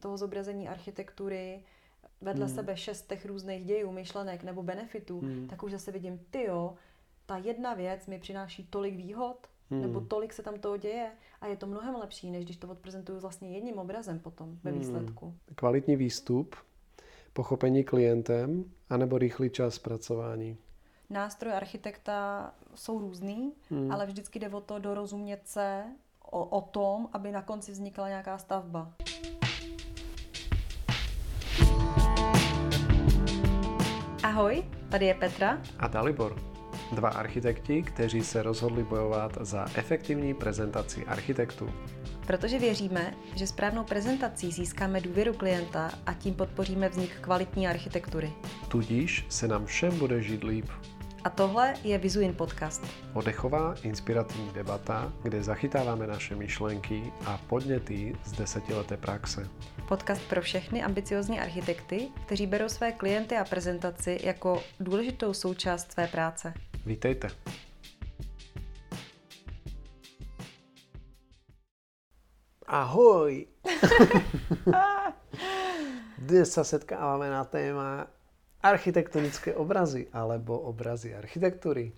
toho zobrazení architektury vedle sebe 6 různých dějů, myšlenek nebo benefitů, tak už zase vidím, ta jedna věc mi přináší tolik výhod, nebo tolik se tam toho děje a je to mnohem lepší, než když to odprezentuju vlastně jedním obrazem potom ve výsledku. Kvalitní výstup, pochopení klientem, anebo rychlý čas zpracování. Nástroje architekta jsou různý, ale vždycky jde o to dorozumět se o tom, aby na konci vznikla nějaká stavba. Ahoj, tady je Petra a Dalibor. Dva architekti, kteří se rozhodli bojovat za efektivní prezentaci architektů. Protože věříme, že správnou prezentací získáme důvěru klienta a tím podpoříme vznik kvalitní architektury. Tudíž se nám všem bude žít líp. A tohle je Vizuin podcast. Oddechová inspirativní debata, kde zachytáváme naše myšlenky a podněty z 10leté praxe. Podcast pro všechny ambiciozní architekty, kteří berou své klienty a prezentaci jako důležitou součást své práce. Vítejte. Ahoj! Dnes sa setkávame na téma architektonické obrazy alebo obrazy architektúry.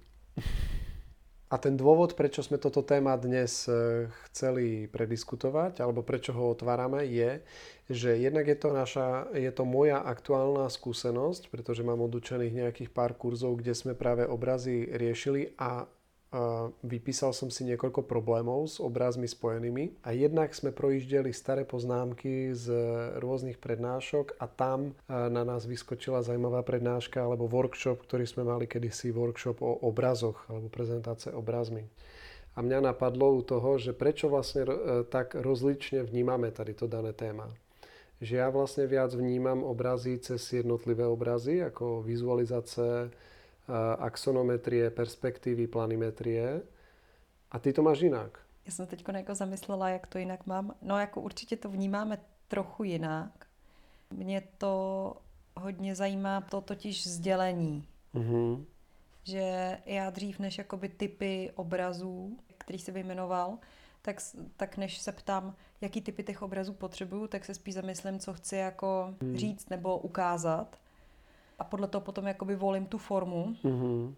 A ten dôvod, prečo sme toto téma dnes chceli prediskutovať alebo prečo ho otvárame je, že jednak je to moja aktuálna skúsenosť, pretože mám odučených nejakých pár kurzov, kde sme práve obrazy riešili a vypísal som si niekoľko problémov s obrazmi spojenými a jednak sme projíždeli staré poznámky z rôznych prednášok a tam na nás vyskočila zaujímavá prednáška alebo workshop, ktorý sme mali kedysi, workshop o obrazoch alebo prezentácie obrazmi. A mňa napadlo u toho, že prečo vlastne tak rozlične vnímame tady to dané téma. Že ja vlastne viac vnímam obrazy cez jednotlivé obrazy ako vizualizace, axonometrie, perspektivy, planimetrie. A ty to máš jinak. Já jsem teď jako zamyslela, jak to jinak mám. No jako určitě to vnímáme trochu jinak. Mě to hodně zajímá to totiž sdělení. Mm-hmm. Že já dřív než jakoby typy obrazů, který se vyjmenoval, tak než se ptám, jaký typy těch obrazů potřebuju, tak se spíš zamyslím, co chci jako říct nebo ukázat. A podle toho potom jakoby volím tu formu. Mm-hmm.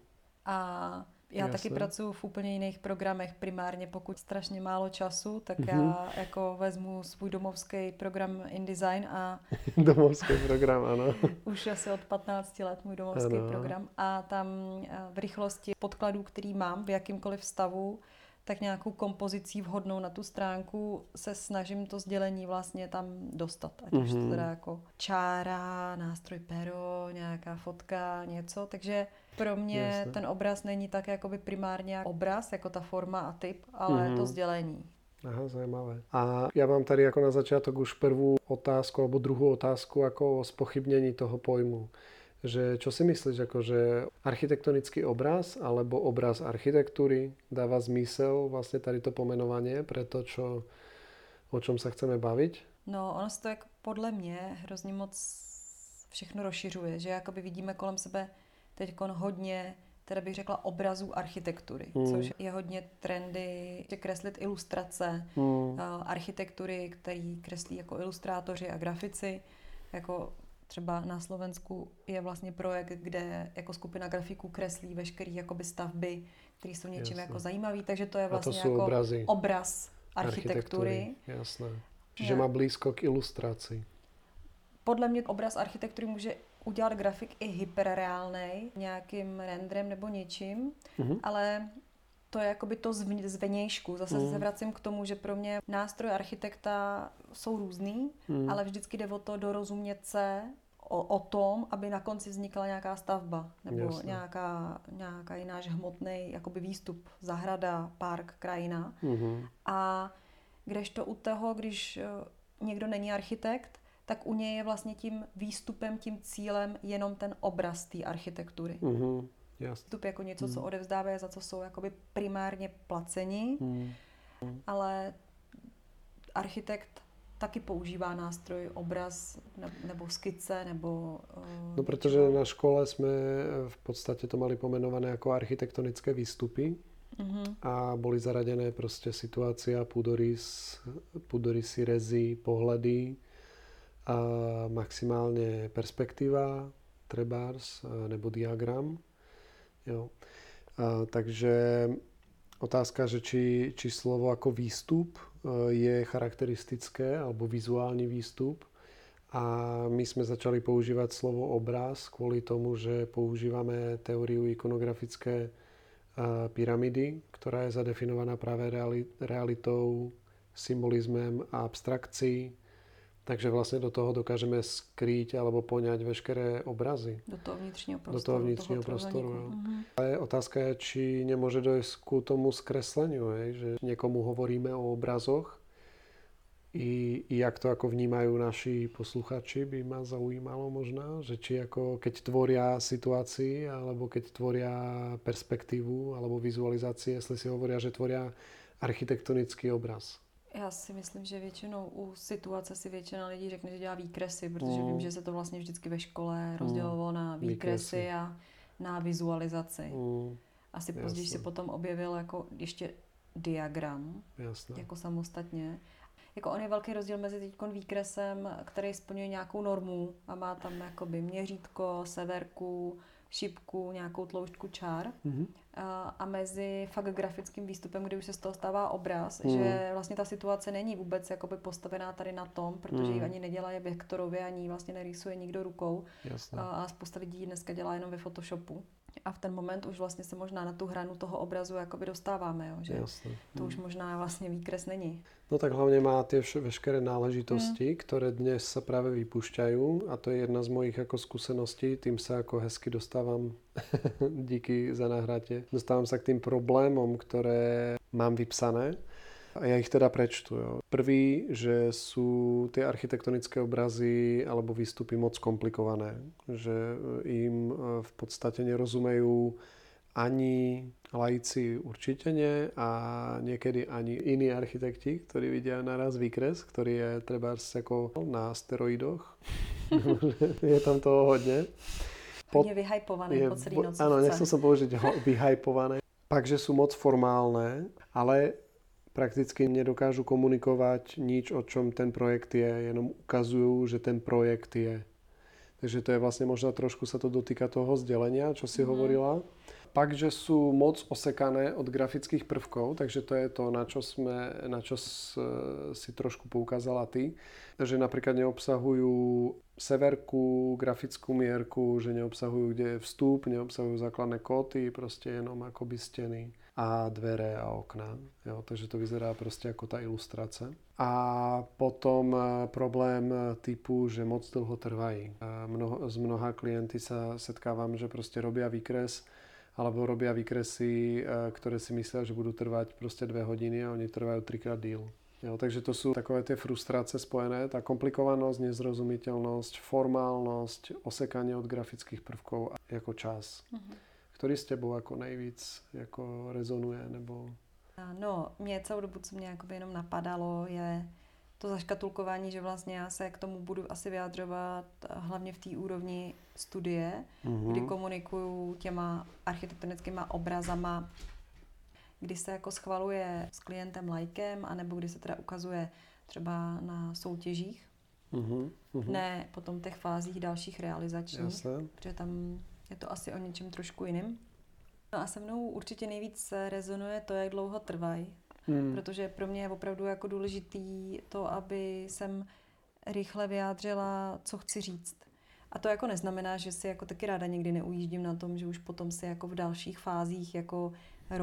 A já taky pracuji v úplně jiných programech. Primárně pokud strašně málo času, tak já jako vezmu svůj domovský program InDesign a... Domovský program, ano. Už asi od 15 let můj domovský program. A tam v rychlosti podkladů, který mám v jakýmkoliv stavu, tak nějakou kompozicí vhodnou na tu stránku se snažím to sdělení vlastně tam dostat. Ať už to teda jako čára, nástroj pero, nějaká fotka, něco. Takže pro mě ten obraz není tak jakoby primárně obraz, jako ta forma a typ, ale to sdělení. Aha, zajímavé. A ja mám tady jako na začiatok už prvú otázku, alebo druhú otázku ako o spochybnení toho pojmu. Že čo si myslíš, akože architektonický obraz alebo obraz architektúry dáva zmysel vlastne tady to pomenovanie pre to, o čom sa chceme baviť? No, ono se to jak podle mě hrozně moc všechno rozšiřuje, že jakoby vidíme kolem sebe teď hodně, teda bych řekla, obrazů architektury, což je hodně trendy, kreslit ilustrace architektury, který kreslí jako ilustrátoři a grafici, jako třeba na Slovensku je vlastně projekt, kde jako skupina grafiků kreslí veškerý jakoby stavby, které jsou něčím jako zajímavý, takže to je vlastně jako obraz architektury. Jasné. Čiže má blízko k ilustraci. Podle mě obraz architektury může udělat grafik i hyperreálnej, nějakým renderem nebo něčím, ale to je jakoby to zvenějšku. Zase se vracím k tomu, že pro mě nástroje architekta jsou různý, ale vždycky jde o to dorozumět se o tom, aby na konci vznikla nějaká stavba nebo nějaká jináž hmotný jakoby výstup, zahrada, park, krajina. A kdežto u toho, když někdo není architekt, tak u něj je vlastně tím výstupem, tím cílem jenom ten obraz té architektury. Výstup jako něco, co odevzdávají, za co jsou jakoby primárně placeni, ale architekt taky používá nástroj, obraz nebo skice, nebo... No, protože na škole jsme v podstatě to mali pomenované jako architektonické výstupy a boli zaradené prostě situácia, půdorys, rezy, pohledy maximálně perspektiva, trebárs nebo diagram. Jo. Takže otázka, že či slovo jako výstup je charakteristické, alebo vizuální výstup. A my jsme začali používat slovo obraz kvůli tomu, že používáme teóriu ikonografické pyramidy, která je zadefinovaná právě realitou, symbolizmem a abstrakcí. Takže vlastně do toho dokážeme skrýt alebo poňať veškeré obrazy. Do toho vnitřního prostoru. Do toho vnitřního prostoru, jo. Ale otázka je, či nemůže dojít k tomu zkresleniu, že někomu hovoríme o obrazoch i jak to jako vnímajú naši posluchači, by ma zaujímalo možná, že či jako keď tvoria situácii, alebo keď tvoria perspektivu, alebo vizualizaci, jestli si hovoria, že tvoria architektonický obraz. Já si myslím, že většinou u situace si většina lidí řekne, že dělá výkresy, protože vím, že se to vlastně vždycky ve škole rozdělovalo na výkresy a na vizualizaci. Asi později si potom objevil jako ještě diagram, jako samostatně. Jako on je velký rozdíl mezi teďkon výkresem, který splňuje nějakou normu a má tam jakoby měřítko, severku, šipku, nějakou tloušťku čár. A mezi fakt grafickým výstupem, kdy už se z toho stává obraz, že vlastně ta situace není vůbec jakoby postavená tady na tom, protože ji ani nedělá vektorově, ani ji vlastně nerýsuje nikdo rukou. A spousta lidí dneska dělá jenom ve Photoshopu. A v ten moment už vlastně se možná na tu hranu toho obrazu jakoby dostáváme, jo? Že to už možná vlastně výkres není. No tak hlavně má tie veškeré náležitosti, které dnes sa práve vypúšťajú a to je jedna z mojich jako skúseností, tým sa ako hezky dostávam, díky za nahrátie, dostávam sa k tým problémom, ktoré mám vypsané. A ja ich teda prečtu. Jo. Prvý, že sú tie architektonické obrazy alebo výstupy moc komplikované. Že im v podstate nerozumejú ani laici určite nie a niekedy ani iní architekti, ktorí vidia naraz výkres, ktorý je trebárs ako na steroidoch. Je tam toho hodne. Hodne vyhypované po celý noc. Áno, nechcem sa použiť vyhypované. Pak, že sú moc formálne, ale prakticky nedokážu komunikovať nič, o čom ten projekt je, jenom ukazujú, že ten projekt je. Takže to je vlastne možno trošku sa to dotýka toho sdelenia, čo si hovorila. Pak, že sú moc osekané od grafických prvkov, takže to je to, na čo si trošku poukázala ty. Že napríklad neobsahujú severku, grafickú mierku, že neobsahujú, kde je vstup, neobsahujú základné kóty, proste jenom akoby steny a dvere a okna. Jo, takže to vyzerá proste ako tá ilustrácia. A potom problém typu, že moc dlho trvají. Z mnoha klienty sa setkávam, že proste robia výkres alebo robia výkresy, ktoré si myslia, že budú trvať proste 2 hodiny a oni trvajú 3-krát díl. Jo, takže to sú takové tie frustrácie spojené, tá komplikovanosť, nezrozumiteľnosť, formálnosť, osekanie od grafických prvkov jako čas. Ktorý s tebou jako nejvíc jako rezonuje, nebo... No, mě celou dobu, co mě jakoby jenom napadalo, je to zaškatulkování, že vlastně já se k tomu budu asi vyjadřovat hlavně v té úrovni studie, kdy komunikuju těma architektonickýma obrazama, kdy se jako schvaluje s klientem laikem, anebo kdy se teda ukazuje třeba na soutěžích, ne potom těch fázích dalších realizačních, protože tam je to asi o něčem trošku jiným. No a se mnou určitě nejvíc rezonuje to, jak dlouho trvají. Protože pro mě je opravdu jako důležitý to, aby jsem rychle vyjádřila, co chci říct. A to jako neznamená, že si jako taky ráda někdy neujíždím na tom, že už potom si jako v dalších fázích jako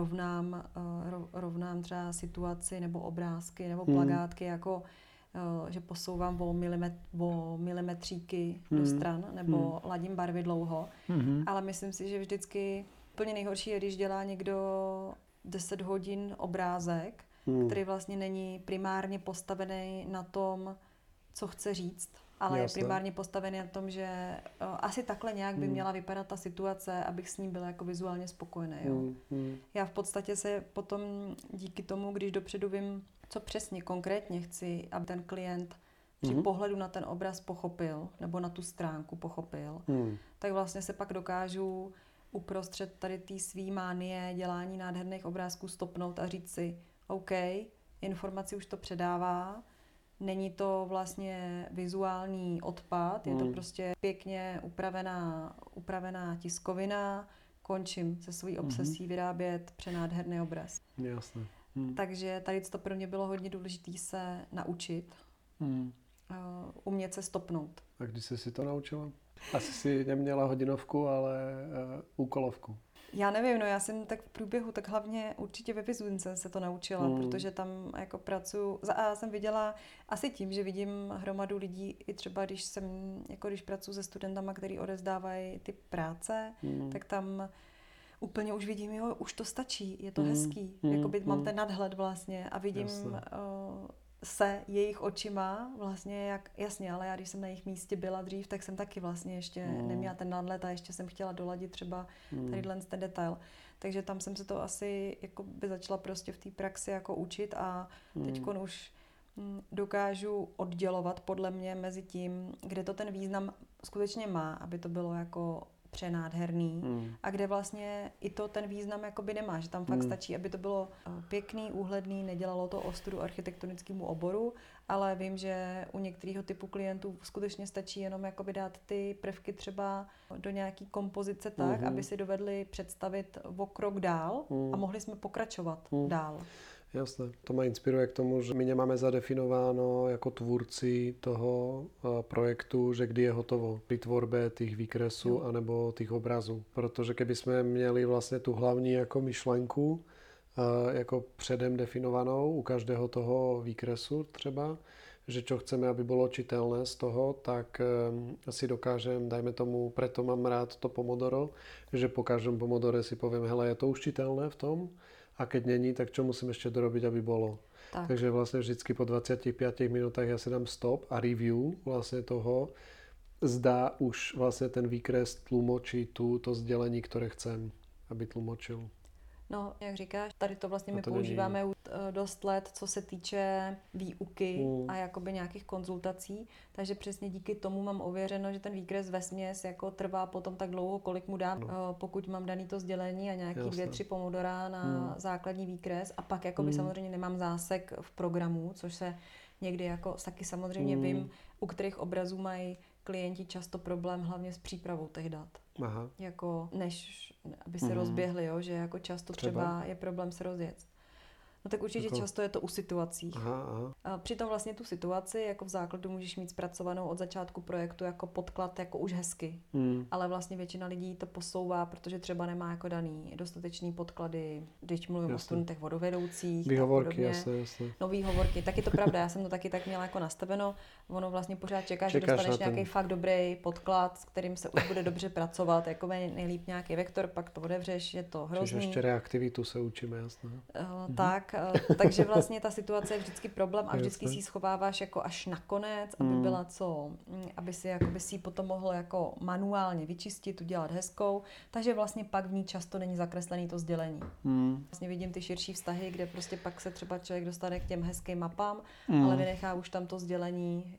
rovnám třeba situaci nebo obrázky nebo plakátky, jako že posouvám o milimetříky do stran nebo ladím barvy dlouho. Ale myslím si, že vždycky úplně nejhorší je, když dělá někdo 10 hodin obrázek, který vlastně není primárně postavený na tom, co chce říct, ale je primárně postavený na tom, že asi takhle nějak by měla vypadat ta situace, abych s ní byla jako vizuálně spokojený. Jo. Já v podstatě se potom díky tomu, když dopředu vím, co přesně konkrétně chci, aby ten klient při pohledu na ten obraz pochopil, nebo na tu stránku pochopil, tak vlastně se pak dokážu uprostřed tady té svý mánie dělání nádherných obrázků stopnout a říct si, OK, informaci už to předává, Není to vlastně vizuální odpad, je to prostě pěkně upravená tiskovina, končím se svojí obsesí vyrábět přenádherný obraz. Jasné. Takže tady to pro mě bylo hodně důležité se naučit, umět se stopnout. A když jsi si to naučila? Asi si neměla hodinovku, ale úkolovku. Já nevím, já jsem tak v průběhu, tak hlavně určitě ve Vizuince se to naučila, protože tam jako pracuji, a jsem viděla asi tím, že vidím hromadu lidí, i třeba když pracuji se studentama, který odevzdávají ty práce, tak tam úplně už vidím, jo, už to stačí, je to hezký, jakoby mám ten nadhled vlastně a vidím se jejich očima vlastně jasně, ale já když jsem na jejich místě byla dřív, tak jsem taky vlastně ještě neměla ten nadhled a ještě jsem chtěla doladit třeba tadyhle ten detail. Takže tam jsem se to asi jako by začala prostě v té praxi jako učit a teďkon už dokážu oddělovat podle mě mezi tím, kde to ten význam skutečně má, aby to bylo jako přenádherný a kde vlastně i to ten význam jakoby nemá, že tam fakt stačí, aby to bylo pěkný, úhledný, nedělalo to ostudu architektonickému oboru, ale vím, že u některého typu klientů skutečně stačí jenom jakoby dát ty prvky třeba do nějaký kompozice tak, aby si dovedli představit o krok dál a mohli jsme pokračovat dál. Jasné. To ma inspiruje k tomu, že my nemáme zadefinováno jako tvůrci toho projektu, že kdy je hotovo pri tvorbe tých výkresů anebo tých obrazů. Protože keby jsme měli vlastně tu hlavní jako myšlenku jako předem definovanou u každého toho výkresu třeba, že čo chceme, aby bolo čitelné z toho, tak si dokážem, dajme tomu, preto mám rád to pomodoro, že po každom pomodore si poviem, hele, je to už čitelné v tom? A keď není, tak čo musím ešte dorobiť, aby bolo. Tak. Takže vlastne vždycky po 25 minútach ja si dám stop a review vlastne toho, zdá už vlastne ten výkres tlmočí to sdělení, ktoré chcem, aby tlmočil. No, jak říkáš, tady to vlastně my používáme dost let, co se týče výuky a jakoby nějakých konzultací, takže přesně díky tomu mám ověřeno, že ten výkres vesměs jako trvá potom tak dlouho, kolik mu dám, pokud mám daný to sdělení a nějaký 2-3 pomodora na základní výkres a pak jakoby samozřejmě nemám zásek v programu, což se někdy jako taky samozřejmě vím, u kterých obrazů mají klienti často problém hlavně s přípravou těch dat. Aha. Jako než aby se rozběhli, jo? Že jako často třeba je problém se rozjet. No tak určitě často je to u situací. A přitom vlastně tu situaci jako v základu můžeš mít zpracovanou od začátku projektu jako podklad jako už hezky. Ale vlastně většina lidí to posouvá, protože třeba nemá jako daný dostatečný podklady, když mluvím o studentech vodovedoucích. Výhovorky, jasně. No výhovorky, tak je to pravda, já jsem to taky tak měla jako nastaveno. Ono vlastně pořád čekáš, že dostaneš nějaký fakt dobrý podklad, s kterým se už bude dobře pracovat, jako nejlíp nějaký vektor, pak to otevřeš, je to hrozný. Čiže ještě reaktivitu se učíme, jasně. Tak, takže vlastně ta situace je vždycky problém a vždycky si ji schováváš jako až nakonec, aby byla aby si ji potom mohl jako manuálně vyčistit, udělat hezkou, takže vlastně pak v ní často není zakreslený to sdělení. Vlastně vidím ty širší vztahy, kde prostě pak se třeba člověk dostane k těm hezkým mapám, ale vynechá už tam to sdělení,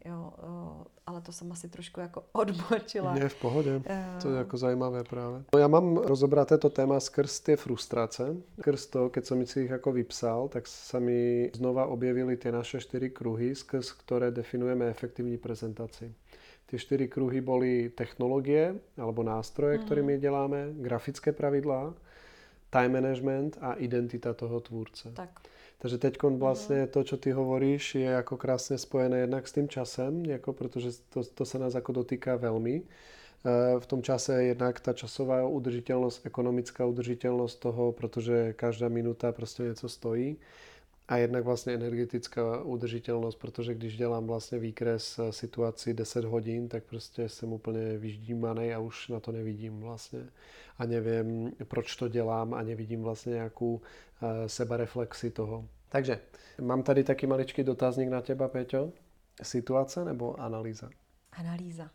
ale to jsem asi trošku jako odbočila. Nie, v pohodě. To je jako zajímavé právě. No, já mám rozobraté to téma skrz tie frustrace. Skrz to, keď som si ich ako vypsal, tak sa mi znova objevili tie naše 4 kruhy, skrz ktoré definujeme efektívní prezentaci. Tie 4 kruhy boli technológie alebo nástroje, ktorými děláme, grafické pravidlá, time management a identita toho tvůrce. Tak. Takže teď vlastně to, čo ty hovoríš, je jako krásně spojené jednak s tým časem, jako protože to se nás jako dotýká velmi. V tom čase jednak ta časová udržitelnost, ekonomická udržitelnost toho, protože každá minuta prostě něco stojí. A jednak vlastně energetická udržitelnost, protože když dělám vlastně výkres situaci 10 hodin, tak prostě jsem úplně vyždímanej a už na to nevidím vlastně. A nevím, proč to dělám a nevidím vlastně nějakou sebareflexi toho. Takže mám tady taky maličký dotazník na teba, Peťo. Situace nebo analýza? Analýza.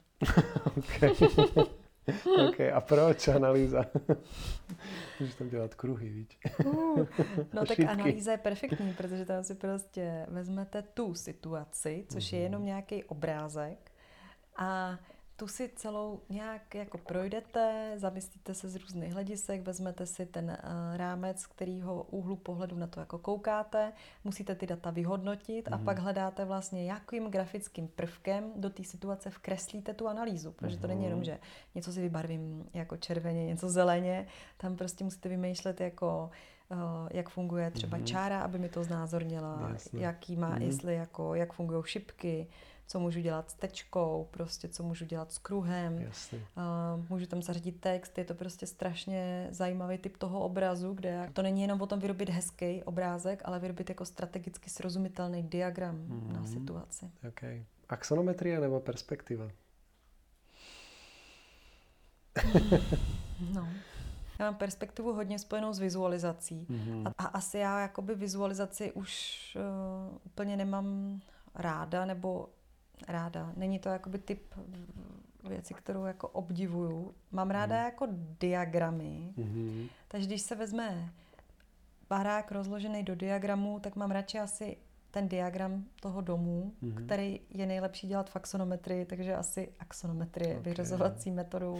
OK, a proč analýza? Můžeš tam dělat kruhy, víš? No tak analýza je perfektní, protože tam si prostě vezmete tu situaci, což je jenom nějaký obrázek a tu si celou nějak jako projdete, zamyslíte se z různých hledisek, vezmete si ten rámec, z kterého úhlu pohledu na to jako koukáte, musíte ty data vyhodnotit a pak hledáte vlastně, jakým grafickým prvkem do té situace vkreslíte tu analýzu, protože to není jenom, že něco si vybarvím jako červeně, něco zeleně, tam prostě musíte vymýšlet jako jak funguje třeba čára, aby mi to znázornila, jaký má, jestli jako, jak fungují šipky, co můžu dělat s tečkou, prostě co můžu dělat s kruhem. Můžu tam zařadit text, je to prostě strašně zajímavý typ toho obrazu, kde to není jenom o tom vyrobit hezký obrázek, ale vyrobit jako strategicky srozumitelný diagram na situaci. Okay. Axonometrie nebo perspektiva? No. Já mám perspektivu hodně spojenou s vizualizací. A asi já jakoby vizualizaci už úplně nemám ráda, nebo ráda. Není to jakoby typ věci, kterou jako obdivuju. Mám ráda jako diagramy. Takže když se vezme barák rozložený do diagramu, tak mám radši asi ten diagram toho domu, který je nejlepší dělat v axonometrii, takže asi axonometrie, vyřazovací metodou.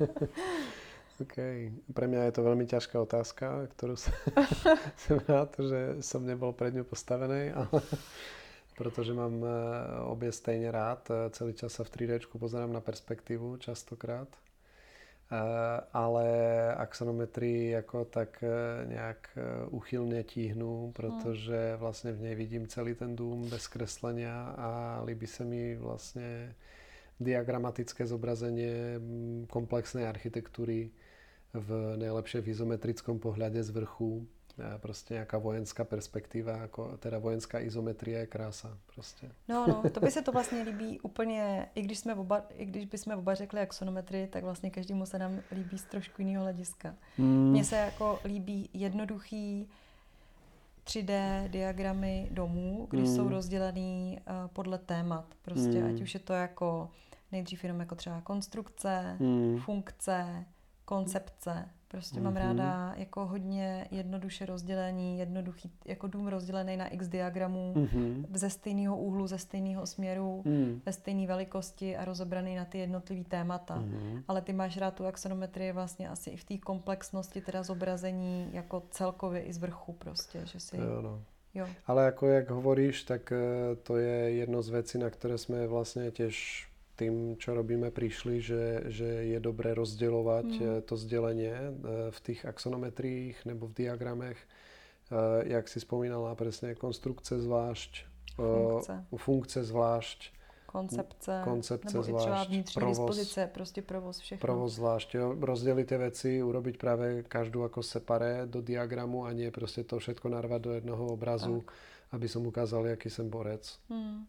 OK. Pre mňa je to veľmi ťažká otázka, ktorú som rád, že som nebol pred ňou postavený, ale protože mám obě stejně rád. Celý čas sa v 3Dčku pozerám na perspektívu častokrát. Ale axonometrii jako tak nějak uchylně tíhnu, protože vlastně v něj vidím celý ten dům bez kreslenia a líbí se mi vlastně diagramatické zobrazenie komplexnej architektúry v nejlepšie v izometrickom pohľade z vrchu. A prostě nějaká vojenská perspektiva, jako, teda vojenská izometrie je krása. Prostě. No, to by se to vlastně líbí úplně, i když bychom oba řekli axonometrii, tak vlastně každému se nám líbí z trošku jiného hlediska. Mně se jako líbí jednoduchý 3D diagramy domů, když jsou rozdělený podle témat. Prostě ať už je to jako nejdřív jenom jako třeba konstrukce, funkce, koncepce. Prostě mám ráda jako hodně jednoduše rozdělení, jednoduchý jako dům rozdělený na x diagramů ze stejného úhlu, ze stejného směru, ve stejné velikosti a rozebraný na ty jednotlivý témata. Ale ty máš rád tu axonometrii vlastně asi i v té komplexnosti teda zobrazení jako celkově i z vrchu prostě, že si... Jo. Ale jako jak hovoríš, tak to je jedno z vecí, na které jsme vlastně těž tým, čo robíme, prišli, že je dobré rozdeľovať to sdelenie v tých axonometriích nebo v diagramech. Jak si spomínala presne, konstrukce zvlášť, funkce zvlášť, koncepce nebo zvlášť, i třeba vnitřní dispozice, prostě provoz, všechno. Provoz zvlášť, jo. Rozdeliť tie veci, urobiť práve každú ako separé do diagramu a nie proste to všetko narvať do jednoho obrazu, tak, aby som ukázal, jaký jsem borec.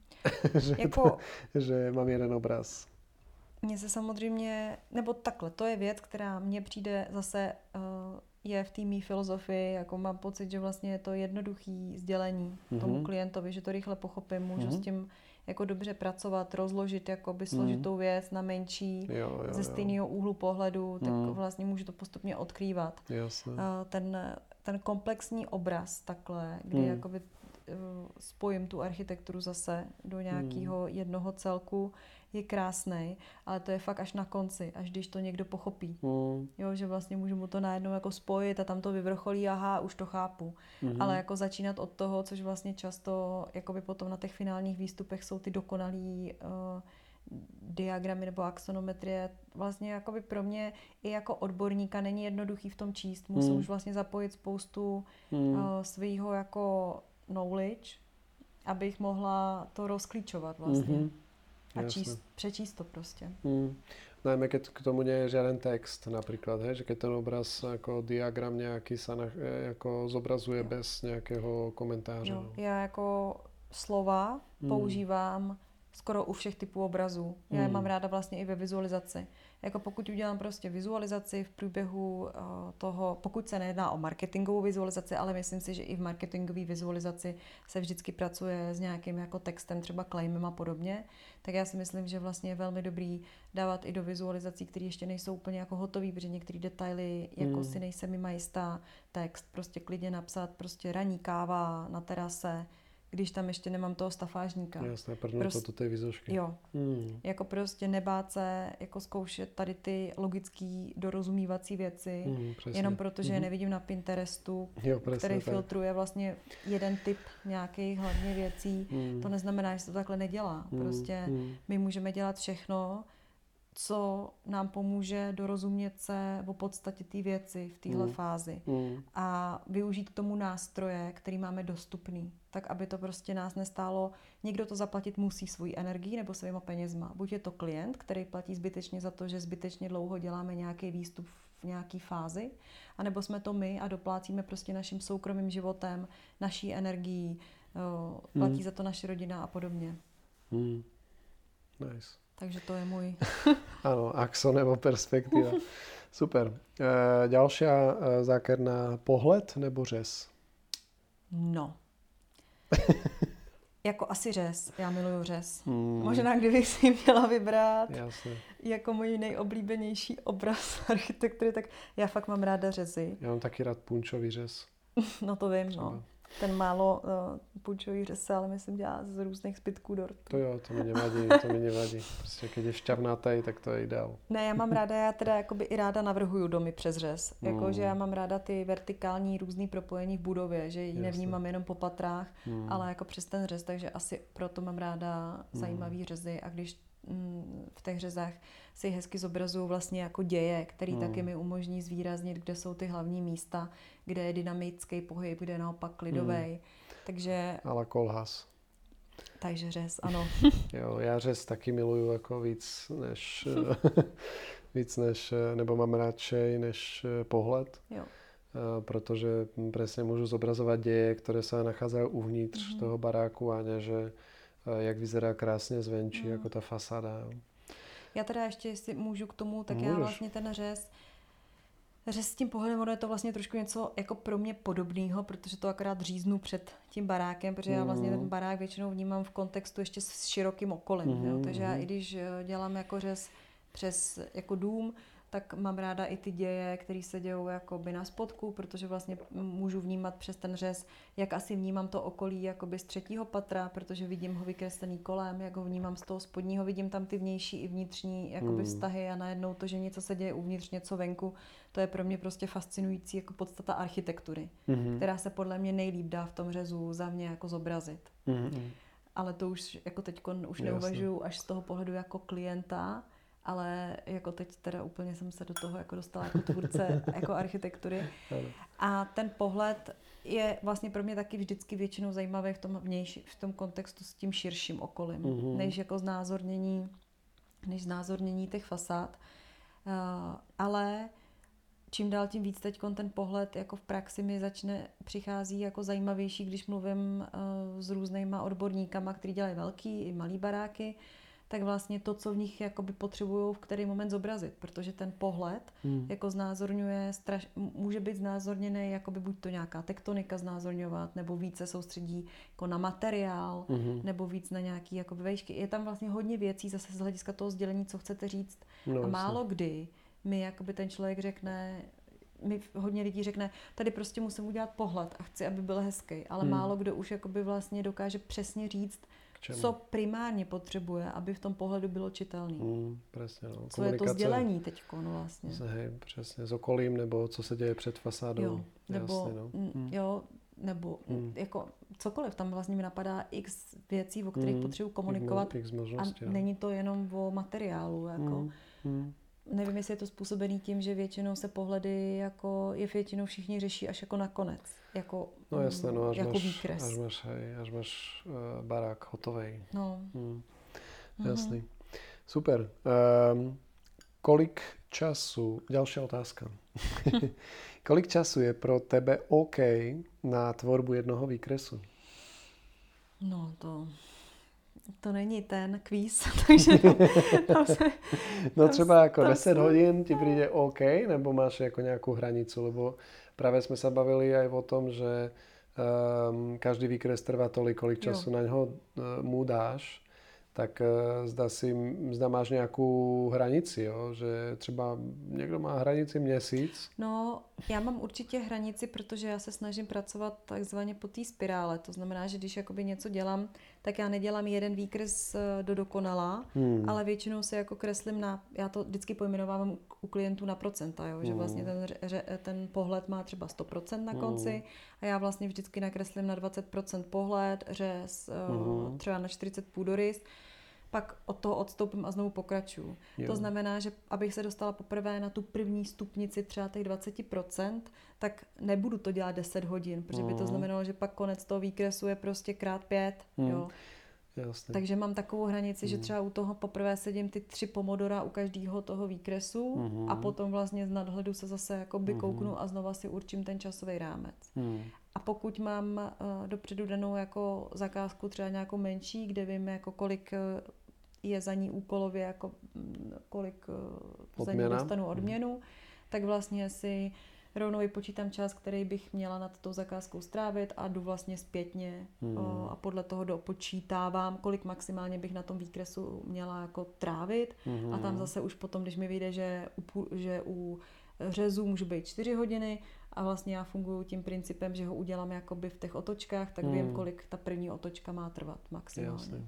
Že mám jeden obraz. Mně se samozřejmě, nebo takhle, to je věc, která mně přijde zase, je v té mý filozofii, jako mám pocit, že vlastně je to jednoduchý sdělení tomu klientovi, že to rychle pochopím, můžu s tím jako dobře pracovat, rozložit jakoby složitou věc na menší, ze stejného úhlu pohledu, tak vlastně můžu to postupně odkrývat. Ten komplexní obraz takhle, kdy jakoby spojím tu architekturu zase do nějakého jednoho celku, je krásnej, ale to je fakt až na konci, až když to někdo pochopí. Jo, že vlastně můžu mu to najednou jako spojit a tam to vyvrcholí, aha, už to chápu. Ale jako začínat od toho, což vlastně často jakoby potom na těch finálních výstupech jsou ty dokonalý diagramy nebo axonometrie. Vlastně jakoby pro mě i jako odborníka není jednoduchý v tom číst. Musím už vlastně zapojit spoustu svýho jako knowledge, abych mohla to rozklíčovat vlastně. A přečíst to prostě. Najmä keď k tomu nie je žiaden text napríklad, hej? Že keď ten obraz ako diagram nejaký sa jako zobrazuje bez nějakého komentáře. Jo. Já jako slova používám skoro u všech typů obrazů. Já je mám ráda vlastně i ve vizualizaci. Jako pokud udělám prostě vizualizaci v průběhu toho, pokud se nejedná o marketingovou vizualizaci, ale myslím si, že i v marketingové vizualizaci se vždycky pracuje s nějakým jako textem, třeba claimem a podobně, tak já si myslím, že vlastně je velmi dobrý dávat i do vizualizací, které ještě nejsou úplně jako hotový, protože některé detaily jako si nejsem jima jistá, text prostě klidně napsat, prostě ranní káva na terase, když tam ještě nemám toho stafážníka. Jasné, prdnout to do té vizošky. Jo. Jako prostě nebát se jako zkoušet tady ty logický dorozumívací věci, jenom protože je nevidím na Pinterestu, který tak filtruje vlastně jeden typ nějakých hlavně věcí. To neznamená, že se to takhle nedělá. Prostě my můžeme dělat všechno, co nám pomůže dorozumět se o podstatě té věci v téhle fázi a využít k tomu nástroje, který máme dostupný, tak aby to prostě nás nestálo. Někdo to zaplatit musí svojí energií nebo svýma penězma. Buď je to klient, který platí zbytečně za to, že zbytečně dlouho děláme nějaký výstup v nějaké fázi, anebo jsme to my a doplácíme prostě naším soukromým životem, naší energií, platí za to naše rodina a podobně. Nice. Takže to je můj... Áno, Axo nebo perspektíva. Super. Ďalšia zákerná, pohled nebo řez? No. Jako asi řez. Já miluju řez. Možná kdybych si měla vybrat jako můj nejoblíbenější obraz architektury, tak já fakt mám ráda řezy. Já mám taky rád punčový řez. No to vím, no. Ten málo punčový řez se ale myslím dělá z různých zbytků dortu. To jo, to mi nevadí. Prostě když je šťavnatý, tak to je ideál. Ne, já mám ráda, já teda jakoby i ráda navrhuju domy přes řez. Jakože já mám ráda ty vertikální různý propojení v budově, že ji nevnímám jenom po patrách, ale jako přes ten řez, takže asi proto mám ráda zajímavý řezy a když v těch řezách si hezky zobrazuju vlastně jako děje, který taky mi umožní zvýraznit, kde jsou ty hlavní místa, kde je dynamický pohyb, kde je naopak klidovej. Takže... Ale kolhas. Takže řez, ano. Jo, já řez taky miluju jako víc než, nebo mám radšej než pohled. Jo. Protože presne môžu zobrazovať deje, ktoré sa nachádzajú uvnitř toho baráku a ne, že jak vyzerá krásně zvenčí, jako ta fasáda. Já teda ještě, jestli můžu k tomu, tak já vlastně ten řez s tím pohledem, ono je to vlastně trošku něco jako pro mě podobného, protože to akorát říznu před tím barákem, protože já vlastně ten barák většinou vnímám v kontextu ještě s širokým okolím. Jo? Takže já i když dělám jako řez přes jako dům, tak mám ráda i ty děje, které se dějou jakoby na spodku, protože vlastně můžu vnímat přes ten řez, jak asi vnímám to okolí jakoby z 3. patra, protože vidím ho vykreslený kolem, jak ho vnímám z toho spodního, vidím tam ty vnější i vnitřní jakoby vztahy a najednou to, že něco se děje uvnitř, něco venku, to je pro mě prostě fascinující jako podstata architektury, která se podle mě nejlíp dá v tom řezu za mě jako zobrazit. Ale to už jako teďko už neuvažuju až z toho pohledu jako klienta, ale jako teď teda úplně jsem se do toho jako dostala jako tvůrce jako architektury. A ten pohled je vlastně pro mě taky vždycky většinou zajímavý v tom kontextu s tím širším okolím, než jako znázornění těch fasád. Ale čím dál tím víc teď ten pohled jako v praxi mi přichází jako zajímavější, když mluvím s různýma odborníkama, kteří dělají velký i malý baráky, tak vlastně to, co v nich jakoby potřebují v který moment zobrazit, protože ten pohled jako znázorňuje, může být znázorněný, jakoby buď to nějaká tektonika znázorňovat, nebo více soustředí jako na materiál, nebo víc na nějaký jakoby vejšky. Je tam vlastně hodně věcí zase z hlediska toho sdělení, co chcete říct. A málo kdy mi jakoby ten člověk řekne, hodně lidí řekne, tady prostě musím udělat pohled a chci, aby byl hezký, ale málo kdo už jakoby vlastně dokáže přesně říct, co primárně potřebuje, aby v tom pohledu bylo čitelný. Presne, no. Co je to sdělení teďko, no vlastně. Hej, přesně, s okolím, nebo co se děje před fasádou. Jo, nebo, jasne, jako cokoliv, tam vlastně mi napadá x věcí, o kterých potřebuji komunikovat a není to jenom o materiálu, jako. Nevím, jestli je to způsobený tím, že většinou se pohledy jako je většinou všichni řeší až jako nakonec. Jako, no jasné, no až jako máš, výkres. Až máš barák hotovej. No. Jasný. Super. Kolik času, ďalšia otázka. Kolik času je pro tebe OK na tvorbu jednoho výkresu? No to není ten kvíz, takže tam se... No třeba jako 10 hodin ti príde OK, nebo máš jako nějakou hranicu, lebo právě jsme se bavili aj o tom, že každý výkres trvá tolik, kolik času na něho mu dáš tak zda máš nějakou hranici, jo? Že třeba někdo má hranici měsíc. No, já mám určitě hranici, protože já se snažím pracovat takzvaně po té spirále. To znamená, že když jakoby něco dělám, tak já nedělám jeden výkres do dokonala, ale většinou se jako kreslím já to vždycky pojmenovávám u klientů na procenta, jo? Že vlastně ten pohled má třeba 100% na konci a já vlastně vždycky nakreslím na 20% pohled, řez, třeba na 40 půdorys. Pak od toho odstoupím a znovu pokračuju. Jo. To znamená, že abych se dostala poprvé na tu první stupnici třeba těch 20%, tak nebudu to dělat 10 hodin, protože by to znamenalo, že pak konec toho výkresu je prostě krát 5. Jo. Jasně. Takže mám takovou hranici, že třeba u toho poprvé sedím ty 3 pomodora u každého toho výkresu a potom vlastně z nadhledu se zase jakoby kouknu a znova si určím ten časový rámec. A pokud mám dopředu danou jako zakázku třeba nějakou menší, kde vím jako kolik je za ní úkolově, jako kolik za ní dostanu odměnu, tak vlastně si rovnou vypočítám čas, který bych měla nad tou zakázkou strávit a jdu vlastně zpětně a podle toho dopočítávám, kolik maximálně bych na tom výkresu měla jako trávit a tam zase už potom, když mi vyjde, že u řezu může být 4 hodiny a vlastně já funguji tím principem, že ho udělám jakoby v těch otočkách, tak vím, kolik ta první otočka má trvat maximálně. Jasně.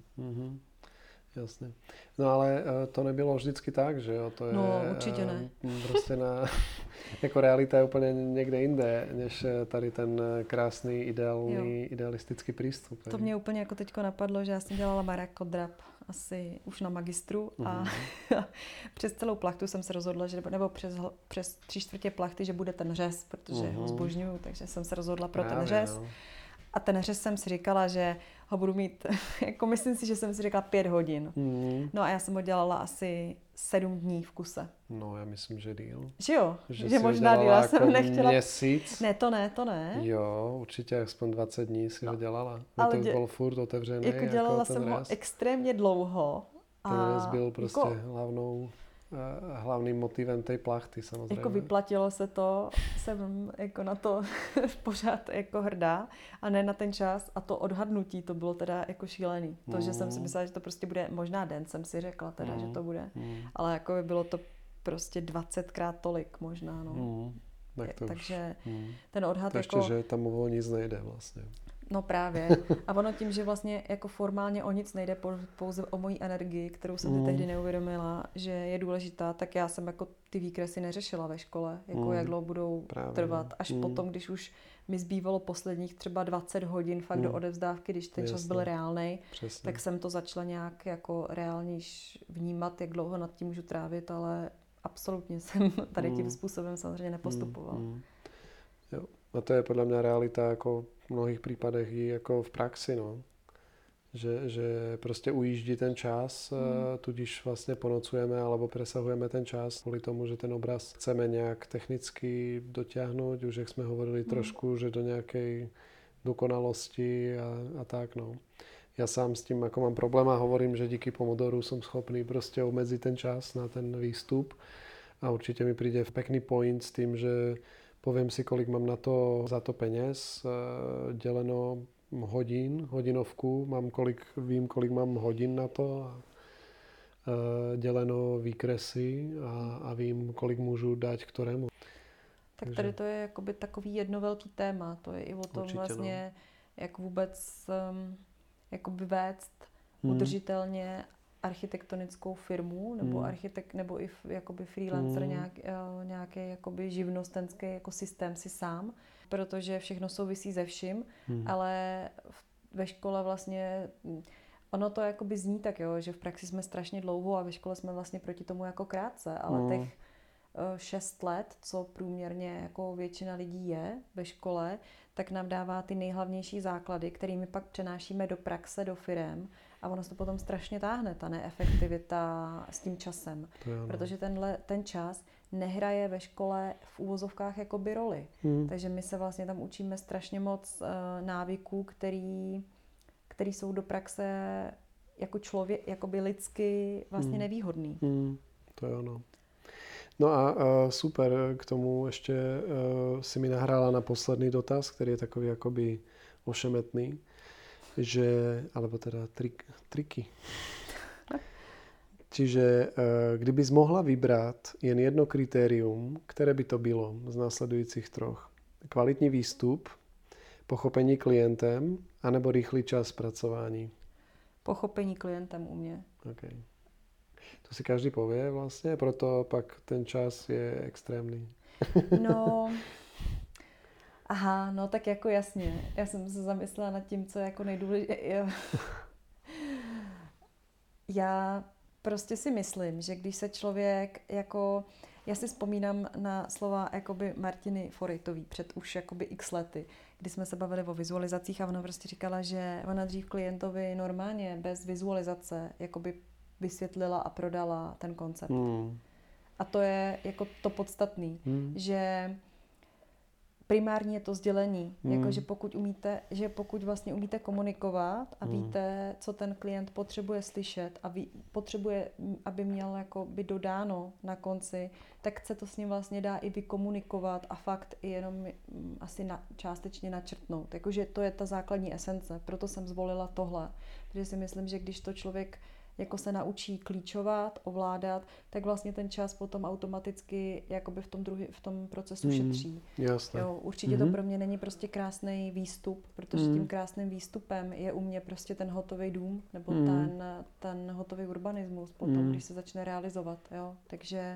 Jasně. No ale to nebylo vždycky tak, že jo? To je, no, určitě ne. Prostě jako realita je úplně někde jinde, než tady ten krásný, idealistický přístup. To mě úplně jako teďko napadlo, že já jsem dělala marakodrap asi už na magistru a přes celou plachtu jsem se rozhodla, že, nebo přes 3/4 plachty, že bude ten řez, protože ho zbožňuju, takže jsem se rozhodla pro ten řez. No. A ten řez jsem si říkala, že ho budu mít, jako myslím si, že jsem si říkala 5 hodin. No a já jsem ho dělala asi 7 dní v kuse. No já myslím, že díl. Že jo? Že možná díl. Já jsem nechtěla... měsíc? Ne, to ne. Jo, určitě aspoň 20 dní si ho dělala. Ale to byl furt otevřený. Jako dělala jsem ho extrémně dlouho. Ten řez byl prostě hlavním motivem té plachty samozřejmě. Jako vyplatilo se to, jsem jako na to pořád jako hrdá a ne na ten čas a to odhadnutí, to bylo teda jako šílený. To, že jsem si myslela, že to prostě bude, možná den jsem si řekla teda, že to bude, ale jako by bylo to prostě 20krát tolik možná, no. Takže ten odhad to ještě, jako... že tam o nic nejde vlastně. No právě. A ono tím, že vlastně jako formálně o nic nejde, pouze o moji energii, kterou jsem si tehdy neuvědomila, že je důležitá, tak já jsem jako ty výkresy neřešila ve škole, jako jak dlouho budou trvat. Až potom, když už mi zbývalo posledních třeba 20 hodin fakt do odevzdávky, když ten čas byl reálnej, tak jsem to začala nějak jako reálnějš vnímat, jak dlouho nad tím můžu trávit, ale absolutně jsem tady tím způsobem samozřejmě nepostupovala. Jo. A to je podľa mňa realita ako v mnohých prípadech i ako v praxi, no. Že proste ujíždí ten čas, tudíž vlastne ponocujeme alebo presahujeme ten čas kvôli tomu, že ten obraz chceme nejak technicky dotiahnuť, už jak sme hovorili trošku, že do nejakej dokonalosti a tak, no. Ja sám s tým ako mám problém a hovorím, že díky Pomodoru som schopný proste obmedziť ten čas na ten výstup a určite mi príde pekný point s tým, že poviem si, kolik mám na to za to peněz, děleno hodinovku, vím, kolik mám hodin na to, děleno výkresy a vím, kolik můžu dát ktorému. Tak tady to je jakoby takový jedno velký téma, to je i o tom určitě, vlastně, jak vůbec jakoby vést udržitelně architektonickou firmu nebo architekt nebo i jakoby freelancer nějaký jakoby živnostenský jako systém si sám, protože všechno souvisí se vším, ale ve škole vlastně ono to jakoby zní tak, jo, že v praxi jsme strašně dlouho a ve škole jsme vlastně proti tomu jako krátce, ale těch 6 let, co průměrně jako většina lidí je ve škole, tak nám dává ty nejhlavnější základy, kterými pak přenášíme do praxe, do firem a ono se to potom strašně táhne, ta neefektivita s tím časem. Protože ten čas nehraje ve škole v úvozovkách jakoby roli. Takže my se vlastně tam učíme strašně moc návyků, který jsou do praxe jako člověk, jakoby lidsky vlastně nevýhodný. To je ono. No a super, k tomu ještě si mi nahrála na posledný dotaz, který je takový jakoby ošemetný, že, alebo teda triky. Čiže kdybys mohla vybrat jen jedno kritérium, které by to bylo z následujících troch? Kvalitní výstup, pochopení klientem, anebo rychlý čas zpracování? Pochopení klientem u mě. Okay. To si každý povie vlastně, proto pak ten čas je extrémní. No, aha, no tak jako jasně. Já jsem se zamyslela nad tím, co je jako nejdůležitější. Já prostě si myslím, že když se člověk jako... Já si vzpomínám na slova jakoby Martiny Foritový před už jakoby x lety, kdy jsme se bavili o vizualizacích a ona prostě říkala, že ona dřív klientovi normálně bez vizualizace jakoby vysvětlila a prodala ten koncept. A to je jako to podstatný, že primárně je to sdělení, jako že pokud vlastně umíte komunikovat a víte, co ten klient potřebuje slyšet a potřebuje, aby měl jako by dodáno na konci, tak se to s ním vlastně dá i vykomunikovat a fakt i jenom asi částečně načrtnout. Jakože to je ta základní esence, proto jsem zvolila tohle, protože si myslím, že když to člověk jako se naučí klíčovat, ovládat, tak vlastně ten čas potom automaticky jakoby v tom procesu šetří. Jasně. Jo, určitě to pro mě není prostě krásný výstup, protože tím krásným výstupem je u mě prostě ten hotový dům nebo ten hotový urbanismus potom, když se začne realizovat. Jo. Takže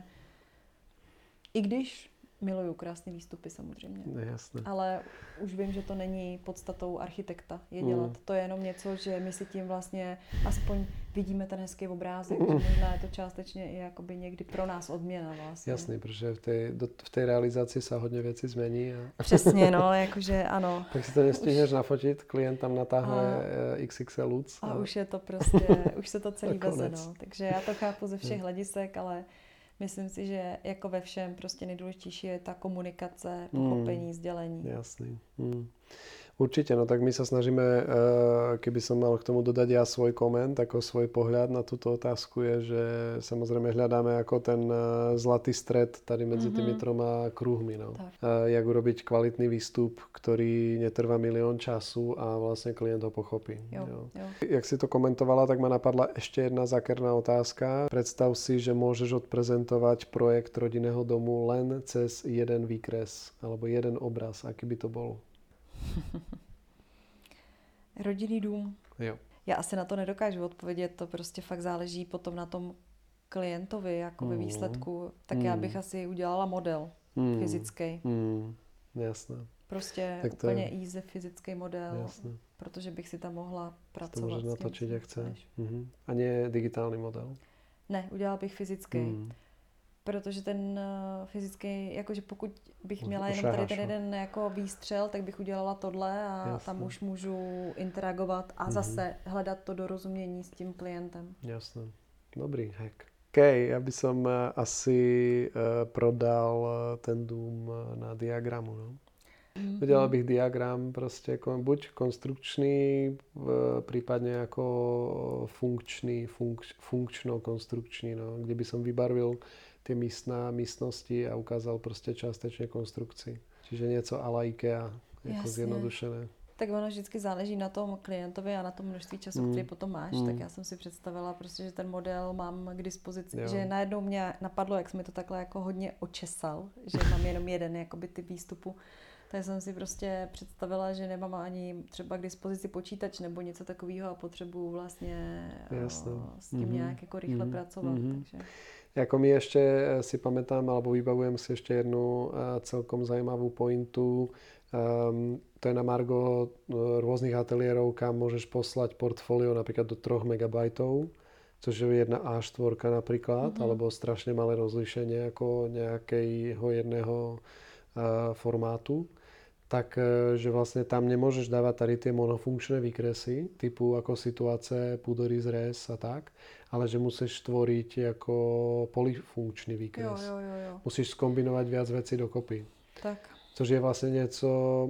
i když miluju krásné výstupy samozřejmě. Jasné. Ale už vím, že to není podstatou architekta je dělat. To je jenom něco, že my si tím vlastně aspoň vidíme ten hezký obrázek, že možná je to částečně i jakoby někdy pro nás odměna vlastně. Jasný, protože v té realizaci se hodně věcí změní. A... Přesně, no, jakože ano. Tak si to nestihneš nafotit, klient tam natáhne XXL luc. A už je to prostě, už se to celý veze, no. Takže já to chápu ze všech hledisek, ale myslím si, že jako ve všem prostě nejdůležitější je ta komunikace, pochopení, sdělení. Jasný. Určite, no tak my sa snažíme, keby som mal k tomu dodať ja svoj koment, ako svoj pohľad na túto otázku je, že samozrejme hľadáme ako ten zlatý stred tady medzi tými troma kruhmi. No. Jak urobiť kvalitný výstup, ktorý netrvá milión času a vlastne klient ho pochopí. Jo. Jak si to komentovala, tak ma napadla ešte jedna zákerná otázka. Predstav si, že môžeš odprezentovať projekt rodinného domu len cez jeden výkres alebo jeden obraz. Aký by to bol? Rodinný dům. Jo. Já asi na to nedokážu odpovědět, to prostě fakt záleží potom na tom klientovi, jako ve výsledku. Tak já bych asi udělala model fyzický. Jasné. Prostě tak úplně easy fyzický model, jasné. Protože bych si tam mohla pracovat. To můžeš natočit, jak chceš. A nie digitální model? Ne, udělala bych fyzický. Protože ten fyzický, jakože pokud bych měla jenom tady ten jeden jako výstřel, tak bych udělala tohle a jasne. Tam už můžu interagovat a zase hledat to dorozumění s tím klientem. Jasné. Dobrý hack. OK, ja by som asi prodal ten dům na diagramu. No? Udělal bych diagram prostě buď konstrukčný, prípadne jako funkčný, funkčno-konstrukčný, no, kde by som vybarvil tie místnosti a ukázal prostě částečně konstrukci. Čiže něco a la IKEA, jako zjednodušené. Tak ono vždycky záleží na tom klientovi a na tom množství času, který potom máš. Tak já jsem si představila prostě, že ten model mám k dispozici. Že najednou mě napadlo, jak jsi mi to takhle jako hodně očesal, že mám jenom jeden jakoby typ výstupu. Tak jsem si prostě představila, že nemám ani třeba k dispozici počítač nebo něco takového a potřebuju vlastně s tím nějak jako rychle pracovat. Takže... Jako my ešte si pamätám, alebo vybavujem si ešte jednu celkom zajímavú pointu. To je na margo rôznych ateliérov, kam môžeš poslať portfólio napríklad do 3 MB, což je jedna A4 napríklad, alebo strašne malé rozlíšenie ako nejakého jedného formátu. Tak, že vlastne tam nemôžeš dávať tady tie monofunkčné výkresy, typu ako situace, půdorys, res a tak, ale že musíš tvoriť jako polyfunkčný výkres. Jo. Musíš skombinovat viac vecí dokopy. Tak. Což je vlastně něco,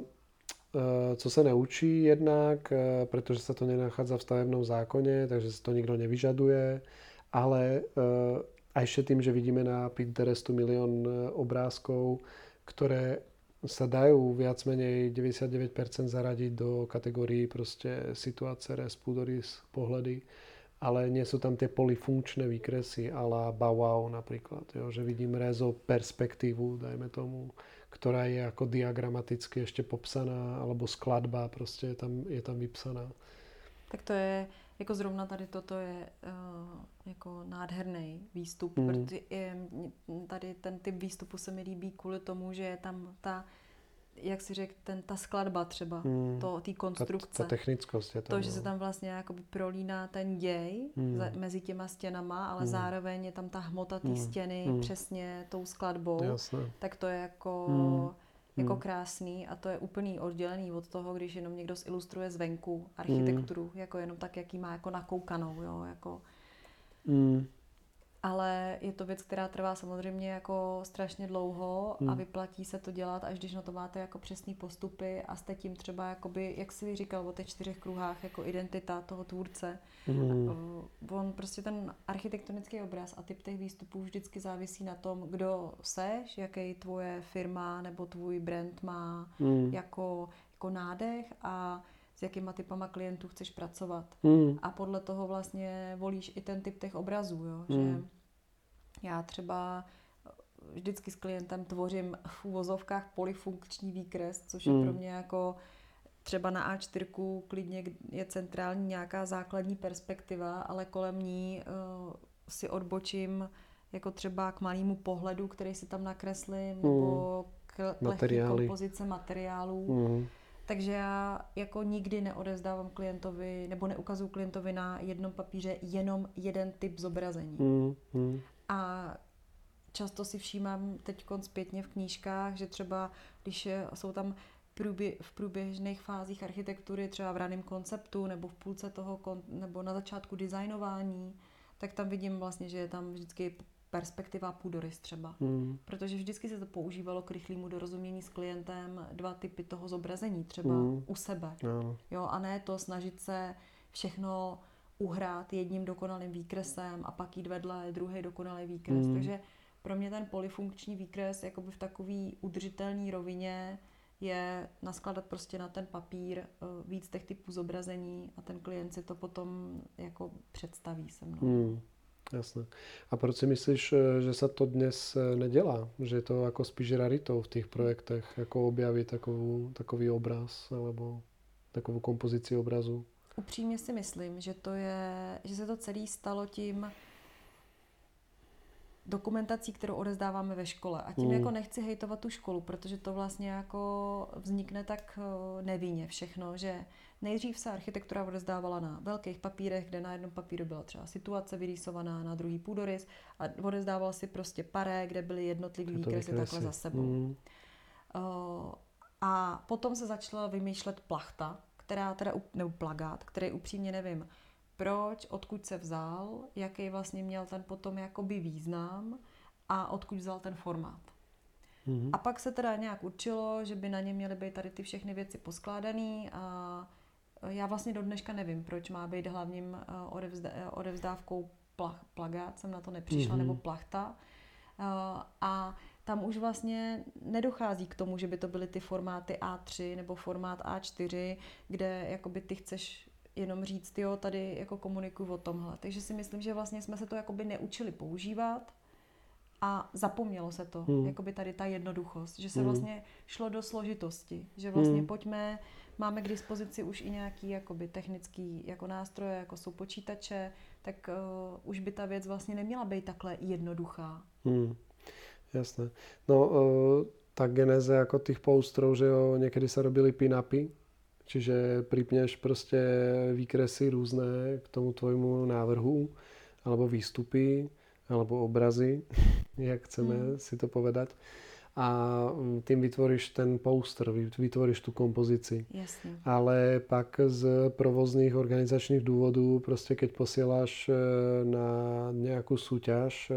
co se neučí jednak, protože se to nenachádza v stavebnom zákone, takže se to nikdo nevyžaduje, ale aj ešte tým, že vidíme na Pinterestu milión obrázkov, ktoré sa dajú viac menej 99% zaradiť do kategórií proste situácie, res, půdorys, pohledy ale nie sú tam tie polyfunkčné výkresy a la Bauau napríklad, jo, že vidím rezo perspektívu, dajme tomu, ktorá je ako diagramaticky ešte popsaná, alebo skladba prostě je tam vypsaná. Tak to je, jako zrovna tady toto je jako nádherný výstup, protože tady ten typ výstupu se mi líbí kvůli tomu, že je tam ta, jak si řekl, ta skladba třeba, té konstrukce. Ta technickost je tam. To, že se tam vlastně jakoby prolíná ten děj mezi těma stěnama, ale zároveň je tam ta hmota té stěny přesně tou skladbou. Jasné. Tak to je jako krásný a to je úplný oddělený od toho, když jenom někdo zilustruje zvenku architekturu, jako jenom tak, jaký má jako nakoukanou, jo, jako. Ale je to věc, která trvá samozřejmě jako strašně dlouho a vyplatí se to dělat, až když na to máte jako přesný postupy a jste tím třeba jakoby, jak jsi říkal o těch 4 kruhách, jako identita toho tvůrce. On prostě ten architektonický obraz a typ těch výstupů vždycky závisí na tom, kdo seš, jaký tvoje firma nebo tvůj brand má jako nádech a s jakýma typama klientů chceš pracovat. A podle toho vlastně volíš i ten typ těch obrazů, jo? Že já třeba vždycky s klientem tvořím v uvozovkách polyfunkční výkres, což je pro mě jako třeba na A4 klidně je centrální nějaká základní perspektiva, ale kolem ní si odbočím jako třeba k malému pohledu, který si tam nakreslím, nebo k lehké kompozice materiálů. Takže já jako nikdy neodevzdávám klientovi nebo neukazuju klientovi na jednom papíře jenom jeden typ zobrazení. A často si všímám teď zpětně v knížkách, že třeba když jsou tam v průběžných fázích architektury, třeba v raném konceptu nebo v půlce toho, nebo na začátku designování, tak tam vidím vlastně, že je tam vždycky perspektiva půdorys třeba. Protože vždycky se to používalo k rychlému dorozumění s klientem 2 typy toho zobrazení třeba u sebe. Jo, a ne to snažit se všechno uhrát jedním dokonalým výkresem a pak jít vedle druhý dokonalý výkres. Takže pro mě ten polyfunkční výkres jakoby v takový udržitelný rovině je naskladat prostě na ten papír víc těch typů zobrazení a ten klient si to potom jako představí se mnou. Jasné. A proč si myslíš, že sa to dnes nedělá? Že je to jako spíš raritou v těch projektech, jako objavit takový obraz alebo takovou kompozici obrazu? Upřímně si myslím, že se to celé stalo tím dokumentací, kterou odevzdáváme ve škole. A tím jako nechci hejtovat tu školu, protože to vlastně jako vznikne tak nevinně všechno, že nejdřív se architektura odevzdávala na velkých papírech, kde na jednom papíru byla třeba situace vyrýsovaná, na druhý půdorys a odevzdával si prostě paré, kde byly jednotlivý výkresy takhle za sebou. A potom se začala vymýšlet plachta, nebo plagát, který upřímně nevím, proč, odkud se vzal, jaký vlastně měl ten potom jakoby význam a odkud vzal ten formát. A pak se teda nějak určilo, že by na ně měly být tady ty všechny věci poskládaný a já vlastně do dneška nevím, proč má být hlavním odevzdávkou plagát, jsem na to nepřišla, nebo plachta. A tam už vlastně nedochází k tomu, že by to byly ty formáty A3 nebo formát A4, kde jakoby ty chceš jenom říct, jo, tady jako komunikuju o tomhle. Takže si myslím, že vlastně jsme se to jakoby neučili používat a zapomnělo se to, jakoby tady ta jednoduchost, že se vlastně šlo do složitosti, že vlastně máme k dispozici už i nějaký jakoby technický jako nástroje, jako jsou počítače, tak už by ta věc vlastně neměla být takhle jednoduchá. Jasné. No, tá genéza ako tých postrov, že niekedy sa robili pin-upy, čiže pripneš proste výkresy rôzne k tomu tvojmu návrhu, alebo výstupy, alebo obrazy, jak chceme si to povedať. A tým vytvoríš ten poster, vytvoríš tú kompozícii. Jasne. Ale pak z provozných organizačných dôvodov, proste keď posieláš na nejakú súťaž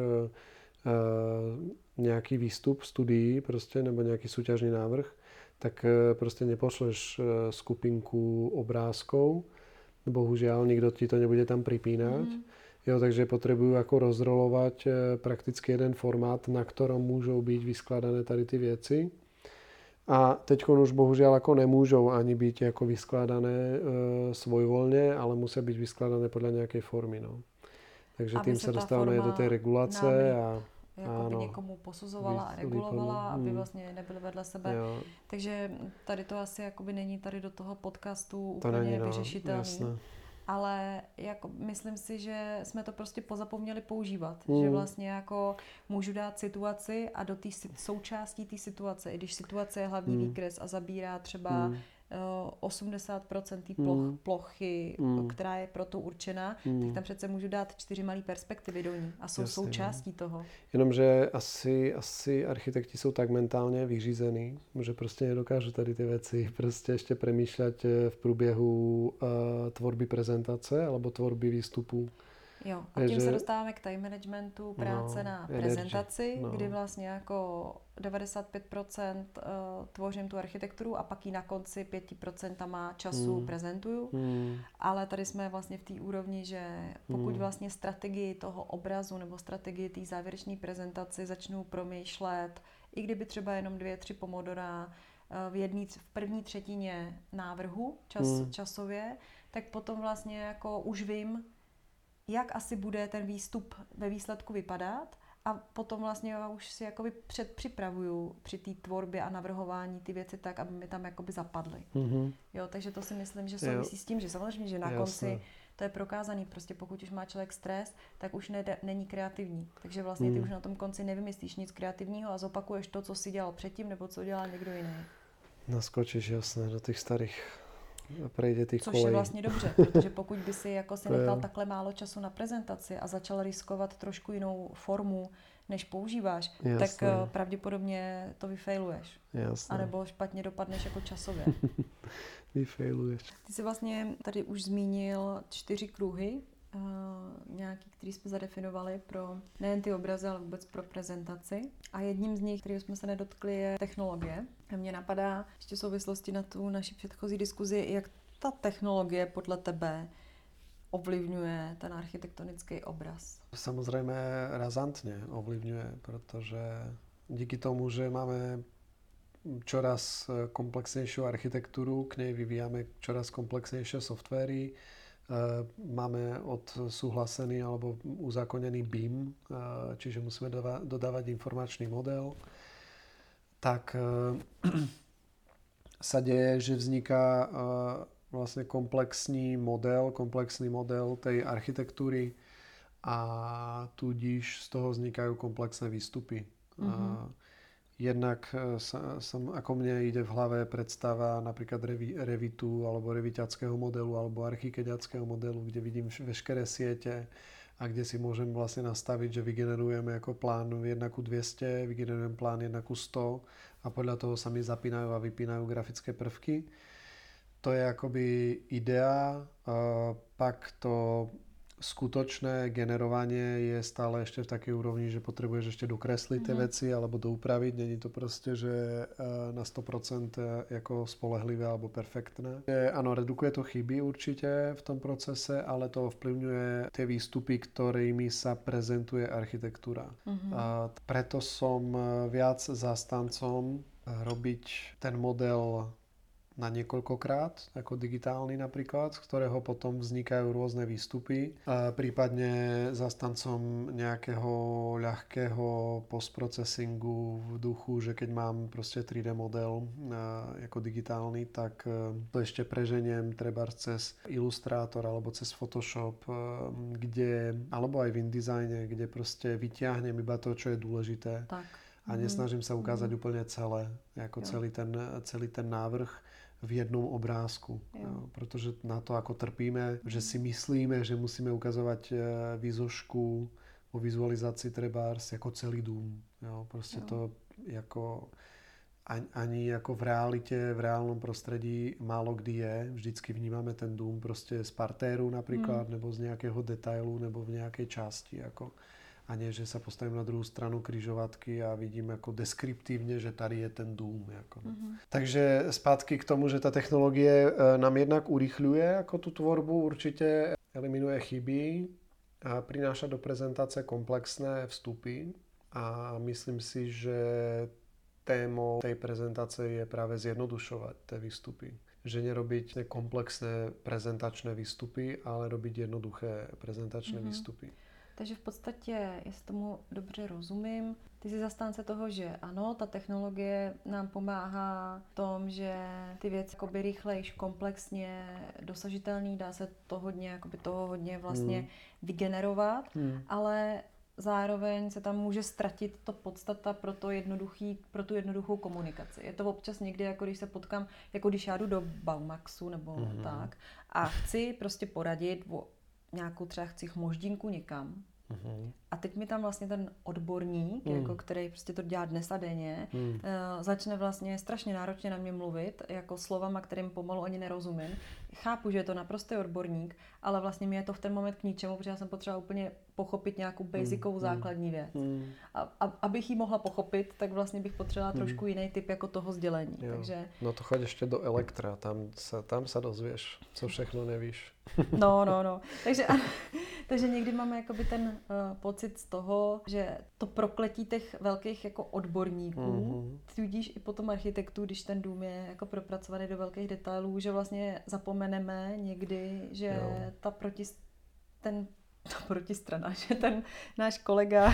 nejaký výstup studií proste, nebo nejaký súťažný návrh, tak proste nepošleš skupinku obrázkov. Bohužiaľ, nikto ti to nebude tam pripínať. Jo, takže potrebujú ako rozrolovať prakticky jeden formát, na ktorom môžu byť vyskladané tady ty veci. A teď už bohužiaľ ako nemôžou ani byť ako vyskladané svojvoľne, ale musia byť vyskladané podľa nejakej formy. No. Takže aby tým sa dostávame do tej regulace a jakoby někomu posuzovala a regulovala, aby vlastně nebyly vedle sebe. Jo. Takže tady to asi jakoby není tady do toho podcastu to úplně není, vyřešitelný. Jasné. Ale jako, myslím si, že jsme to prostě pozapomněli používat. Že vlastně jako můžu dát situaci a do té součástí té situace, i když situace je hlavní výkres a zabírá třeba 80% té plochy, která je pro to určená, tak tam přece můžu dát 4 malé perspektivy do ní a jsou součástí toho. Jenomže asi architekti jsou tak mentálně vyřízení, že prostě nedokážu tady ty věci prostě ještě přemýšlet v průběhu tvorby prezentace alebo tvorby výstupu. Jo, a tím se dostáváme k time managementu, práce na prezentaci, kdy vlastně jako 95% tvořím tu architekturu a pak ji na konci 5% času prezentuju. Ale tady jsme vlastně v té úrovni, že pokud vlastně strategii toho obrazu nebo strategii té závěrečné prezentaci začnu promýšlet, i kdyby třeba jenom 2-3 pomodora v první třetině návrhu časově, tak potom vlastně jako už vím, jak asi bude ten výstup ve výsledku vypadat a potom vlastně já už si jakoby předpřipravuju při té tvorbě a navrhování ty věci tak, aby mi tam jakoby zapadly. Jo, takže to si myslím, že souvisí s tím, že samozřejmě, že na konci to je prokázaný, prostě pokud už má člověk stres, tak už není kreativní. Takže vlastně ty už na tom konci nevymyslíš nic kreativního a zopakuješ to, co si dělal předtím nebo co dělal někdo jiný. Naskočíš jasně do těch starých prejde těch Což kolejí. je vlastně dobře, protože pokud by si jako si nechal takhle málo času na prezentaci a začal riskovat trošku jinou formu, než používáš, tak pravděpodobně to vyfailuješ. Jasné. A nebo špatně dopadneš jako časově. Vyfailuješ. Ty jsi vlastně tady už zmínil 4 kruhy, nějaký, který jsme zadefinovali pro nejen ty obrazy, ale vůbec pro prezentaci. A jedním z nich, kterého jsme se nedotkli, je technologie. A mě napadá ještě v souvislosti na tu naši předchozí diskuzi, jak ta technologie podle tebe ovlivňuje ten architektonický obraz. Samozrejme razantne ovlivňuje, pretože díky tomu, že máme čoraz komplexnejšiu architektúru, k nej vyvíjame čoraz komplexnejšie softvéry, máme odsúhlasený alebo uzákonený BIM, čiže musíme dodávať informačný model, tak sa deje, že vzniká vlastne komplexný model tej architektúry a tudíž z toho vznikajú komplexné výstupy. Jednak ako mne ide v hlave predstava napríklad Revitu alebo reviťackého modelu alebo archikeďackého modelu, kde vidím veškeré siete a kde si môžem vlastne nastaviť, že vygenerujeme ako plán 1:200, vygenerujem plán 1:100 a podľa toho sa mi zapínajú a vypínajú grafické prvky. To je akoby idea, pak to skutočné generovanie je stále ešte v takej úrovni, že potrebuješ ešte dokresliť tie veci alebo doupraviť. Není to proste, že na 100% ako spolehlivé alebo perfektné. Áno, redukuje to chyby určite v tom procese, ale to ovplyvňuje tie výstupy, ktorými sa prezentuje architektúra. A preto som viac zástancom robiť ten model na niekoľkokrát, ako digitálny napríklad, z ktorého potom vznikajú rôzne výstupy. Prípadne zastancom nejakého ľahkého postprocesingu v duchu, že keď mám proste 3D model ako digitálny, tak to ešte preženiem treba cez Illustrator alebo cez Photoshop, alebo aj v InDesigne, kde proste vyťahnem iba to, čo je dôležité. Tak. A nesnažím sa ukázať úplne celé, ako celý ten návrh v jednom obrázku. Jo, protože na to ako trpíme, že si myslíme, že musíme ukazovať výzošku o vizualizácii trebárs jako celý dům. Jo, prostě to jako ani jako v realitě, v reálnom prostredí málo kdy je. Vždycky vnímáme ten dům prostě z partéru například, nebo z nějakého detailu, nebo v nějaké části. Jako. A nie, že sa postavím na druhú stranu križovatky a vidím ako deskriptívne, že tady je ten dům. Jako. Takže zpátky k tomu, že ta technologie nám jednak urychľuje ako tú tvorbu, určite eliminuje chyby a prináša do prezentace komplexné vstupy a myslím si, že témou tej prezentácie je práve zjednodušovať tie výstupy. Že nerobiť komplexné prezentačné výstupy, ale robiť jednoduché prezentačné výstupy. Takže v podstatě, jestli tomu dobře rozumím, ty jsi zastánce toho, že ano, ta technologie nám pomáhá v tom, že ty věci jakoby rychlejš, komplexně dosažitelný, dá se to toho hodně vlastně vygenerovat, ale zároveň se tam může ztratit to podstata pro tu jednoduchou komunikaci. Je to občas někdy, jako když se potkám, jako když já jdu do Baumaxu nebo tak a chci prostě poradit o nějakou třeba chci moždinku někam. A teď mi tam vlastně ten odborník, jako který prostě to dělá dnes a denně, začne vlastně strašně náročně na mě mluvit, jako slovama, kterým pomalu ani nerozumím. Chápu, že je to naprostý odborník, ale vlastně mi je to v ten moment k ničemu, protože já jsem potřeba úplně pochopit nějakou basicovou základní věc. A abych ji mohla pochopit, tak vlastně bych potřebovala trošku jiný typ jako toho sdělení. Takže... No to choď ještě do Elektra, tam se dozvieš, co všechno nevíš. No. Takže někdy máme jakoby ten pocit z toho, že to prokletí těch velkých jako odborníků, tudíž i potom architektů, když ten dům je jako propracovaný do velkých detailů, že vlastně zapomeneme někdy, že ta protistrana, že ten náš kolega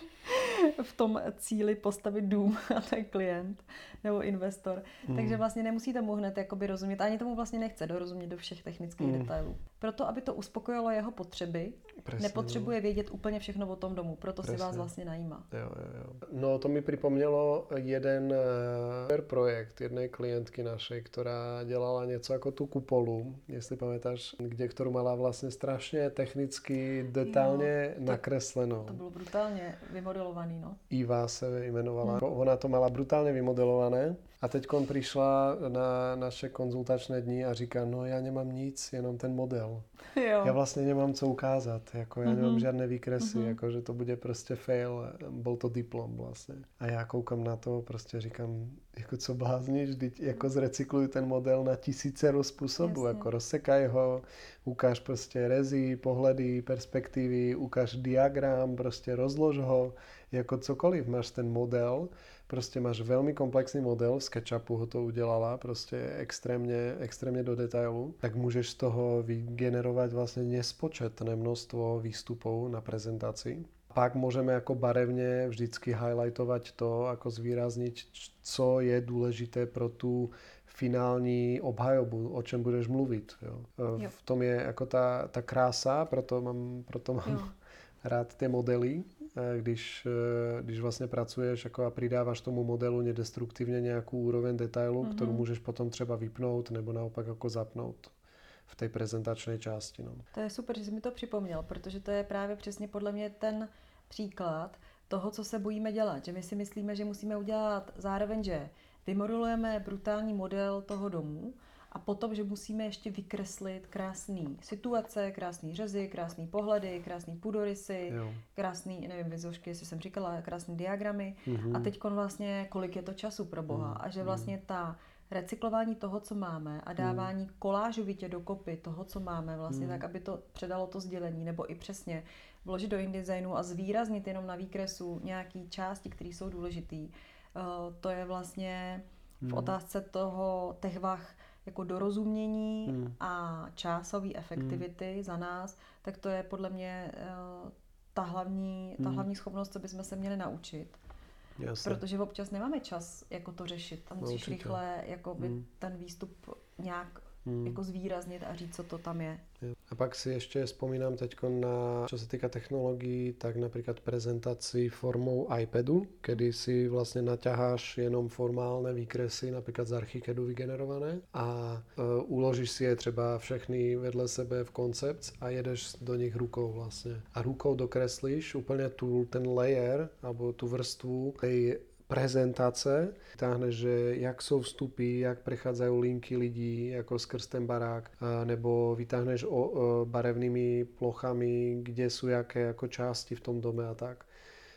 v tom cíli postavit dům a ten klient nebo investor. Takže vlastně nemusí tomu hned jakoby rozumět. Ani tomu vlastně nechce dorozumět do všech technických detailů. Proto, aby to uspokojilo jeho potřeby, nepotřebuje vědět úplně všechno o tom domu. Proto si vás vlastně najímá. Jo. No to mi připomnělo jeden projekt jednej klientky našej, která dělala něco jako tu kupolu, jestli pamätáš, kterou mala vlastně strašně technicky, detailně nakresleno. To bylo brutálně vymodelovaný, no. Iva se jmenovala. Ona to mala brutálně vymodelované a teďkon přišla na naše konzultačné dny a říká, no já nemám nic, jenom ten model. Já vlastně nemám co ukázat, jako já nemám žádné výkresy, jako že to bude prostě fail, byl to diplom vlastně. A já koukám na to, prostě říkám, jako co blázníš, jako zrecykluj ten model na tisícero způsobů, jako rozsekaj ho, ukáž prostě rezy, pohledy, perspektivy, ukáž diagram, prostě rozlož ho, jako cokoliv, máš ten model, prostě máš velmi komplexní model, v SketchUpu ho to udělala, prostě extrémně do detailu, tak můžeš z toho vygenerovat vlastně nespočetné množstvo výstupů na prezentaci. Pak můžeme jako barevně vždycky highlightovat to, jako zvýraznit, co je důležité pro tu finální obhajobu, o čem budeš mluvit. Jo. V tom je jako ta krása, proto mám rád ty modely, když vlastně pracuješ jako a přidáváš tomu modelu nedestruktivně nějakou úroveň detailu, kterou můžeš potom třeba vypnout nebo naopak jako zapnout v té prezentačné části. No. To je super, že jsi mi to připomněl, protože to je právě přesně podle mě ten příklad toho, co se bojíme dělat. Že my si myslíme, že musíme udělat zároveň, že vymodelujeme brutální model toho domu a potom, že musíme ještě vykreslit krásný situace, krásný řezy, krásný pohledy, krásný půdorysy, krásný, nevím, vizušky, jestli jsem říkala, krásný diagramy. A teďkon vlastně, kolik je to času pro Boha. A že vlastně ta recyklování toho, co máme a dávání kolážovitě dokopy toho, co máme vlastně, tak, aby to předalo to sdělení, nebo i přesně vložit do InDesignu a zvýraznit jenom na výkresu nějaký části, které jsou důležitý. To je vlastně v otázce těch vah jako dorozumění a časové efektivity za nás, tak to je podle mě ta hlavní schopnost, co bychom se měli naučit. Jasne. Protože občas nemáme čas jako to řešit a musíš rychle jakoby ten výstup nějak jako zvýraznit a říct, co to tam je. A pak si ještě vzpomínám teď na, čo sa týka technologií, tak napríklad prezentácii formou iPadu, kedy si vlastne naťaháš jenom formálne výkresy, napríklad z Archicadu vygenerované a uložíš si je třeba všechny vedle sebe v koncept a jedeš do nich rukou vlastne. A rukou dokreslíš úplne ten layer, alebo tú vrstvu tej prezentace, táhneš, že jak jsou vstupy, jak prechádzajú linky lidí jako skrz ten barák, nebo vytáhneš barevnými plochami, kde sú jaké jako části v tom dome a tak.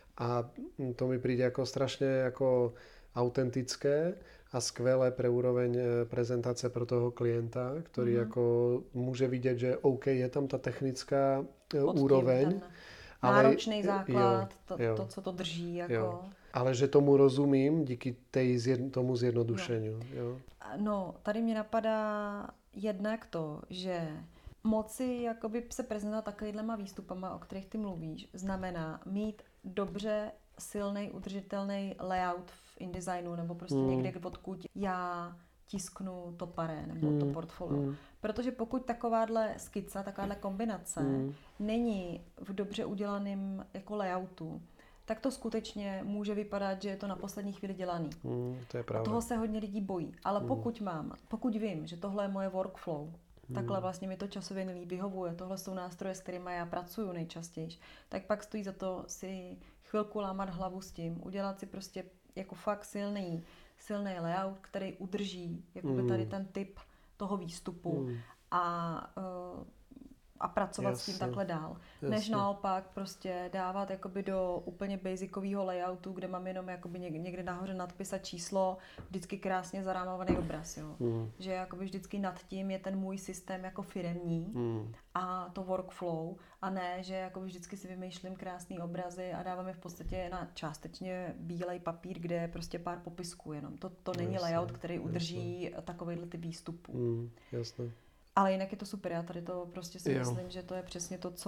A to mi príde jako strašne jako autentické a skvelé pre úroveň prezentace pro toho klienta, ktorý jako môže vidieť, že OK, je tam ta technická úroveň, náročný základ, to, co to drží. Jako. Jo. Ale že tomu rozumím díky tomu zjednodušení. Jo. No, tady mě napadá jednak to, že moci jakoby se prezentovat takovýhlema výstupama, o kterých ty mluvíš, znamená mít dobře silný, udržitelný layout v InDesignu nebo prostě někde, odkud já tisknu to pare nebo to portfolio. Protože pokud takováhle skica, takováhle kombinace není v dobře udělaném jako layoutu, tak to skutečně může vypadat, že je to na poslední chvíli dělaný. To je pravda. A toho se hodně lidí bojí. Ale pokud vím, že tohle je moje workflow, takhle vlastně mi to časově nejlíp vyhovuje, tohle jsou nástroje, s kterými já pracuju nejčastěji, tak pak stojí za to si chvilku lámat hlavu s tím, udělat si prostě jako fakt silný layout, který udrží jakoby tady ten typ toho výstupu a pracovat s tím takhle dál. Než naopak prostě dávat jakoby do úplně basicového layoutu, kde mám jenom jakoby někde nahoře nadpis a číslo, vždycky krásně zarámovaný obraz. Jo. Že jakoby vždycky nad tím je ten můj systém jako firemní a to workflow a ne, že jakoby vždycky si vymýšlím krásný obrazy a dávám je v podstatě na částečně bílej papír, kde je prostě pár popisků jenom. To není layout, který udrží takovýhle typ výstupů. Jasně. Ale jinak je to super, já tady to prostě si myslím, že to je přesně to,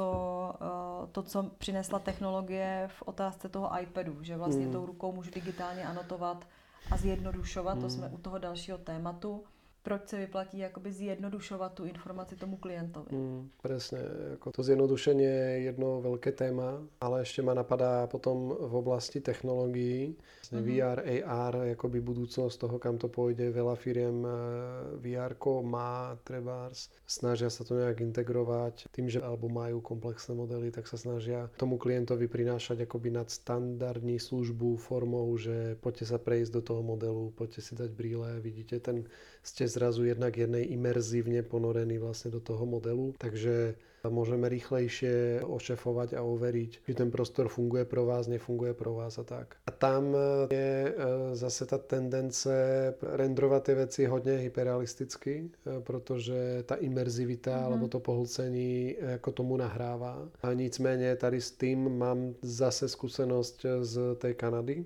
co přinesla technologie v otázce toho iPadu, že vlastně tou rukou můžu digitálně anotovat a zjednodušovat, to jsme u toho dalšího tématu. Proč se vyplatí jakoby zjednodušovat tu informaci tomu klientovi. Presne, ako to zjednodušenie je jedno veľké téma, ale ešte ma napadá potom v oblasti technológií. VR, AR, akoby budúcnosť toho, kam to pôjde. Veľa firiem VR-ko má trebárs, snažia sa to nejak integrovať. Tým, že alebo majú komplexné modely, tak sa snažia tomu klientovi prinášať akoby nadstandardní službu formou, že poďte sa prejsť do toho modelu, poďte si dať brýle, vidíte ste zrazu jednak jednej imerzívne ponorení vlastne do toho modelu, takže môžeme rýchlejšie ošefovať a overiť, či ten prostor funguje pro vás, nefunguje pro vás a tak. A tam je zase ta tendence rendrovať tie veci hodne hyperrealisticky, protože ta imerzivita alebo to pohlcení jako tomu nahrává. A nicméně tady s tým mám zase skúsenosť z tej Kanady,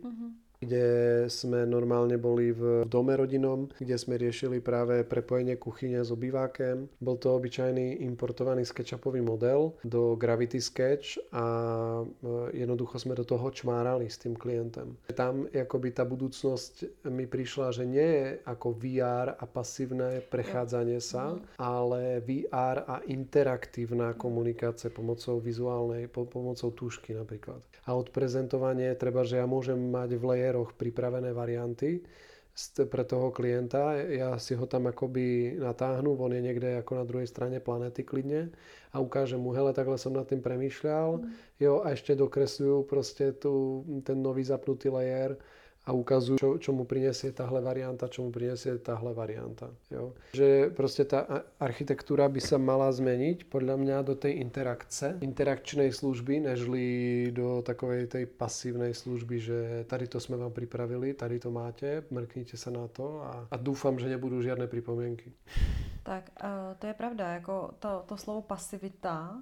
kde sme normálne boli v dome rodinnom, kde sme riešili práve prepojenie kuchyne s obývákem. Bol to obyčajný importovaný SketchUpový model do Gravity Sketch a jednoducho sme do toho čmárali s tým klientem. Tam akoby tá budúcnosť mi prišla, že nie je ako VR a pasívne prechádzanie sa, ale VR a interaktívna komunikácia pomocou vizuálnej, pomocou tušky napríklad. A odprezentovanie treba, že ja môžem mať v layeroch pripravené varianty pre toho klienta. Ja si ho tam akoby natáhnu, on je niekde ako na druhej strane planety klidne a ukážem mu, hele, takhle som nad tým premýšľal, jo, a ešte dokresľujú proste ten nový zapnutý layer a ukazujú, čo mu prinesie táhle varianta, čo mu prinesie táhle varianta. Jo. Že proste tá architektúra by sa mala zmeniť podľa mňa do tej interakčnej služby, nežli do takovej tej pasívnej služby, že tady to sme vám pripravili, tady to máte, mrknite sa na to a dúfam, že nebudú žiadne pripomienky. Tak to je pravda, jako to slovo pasivita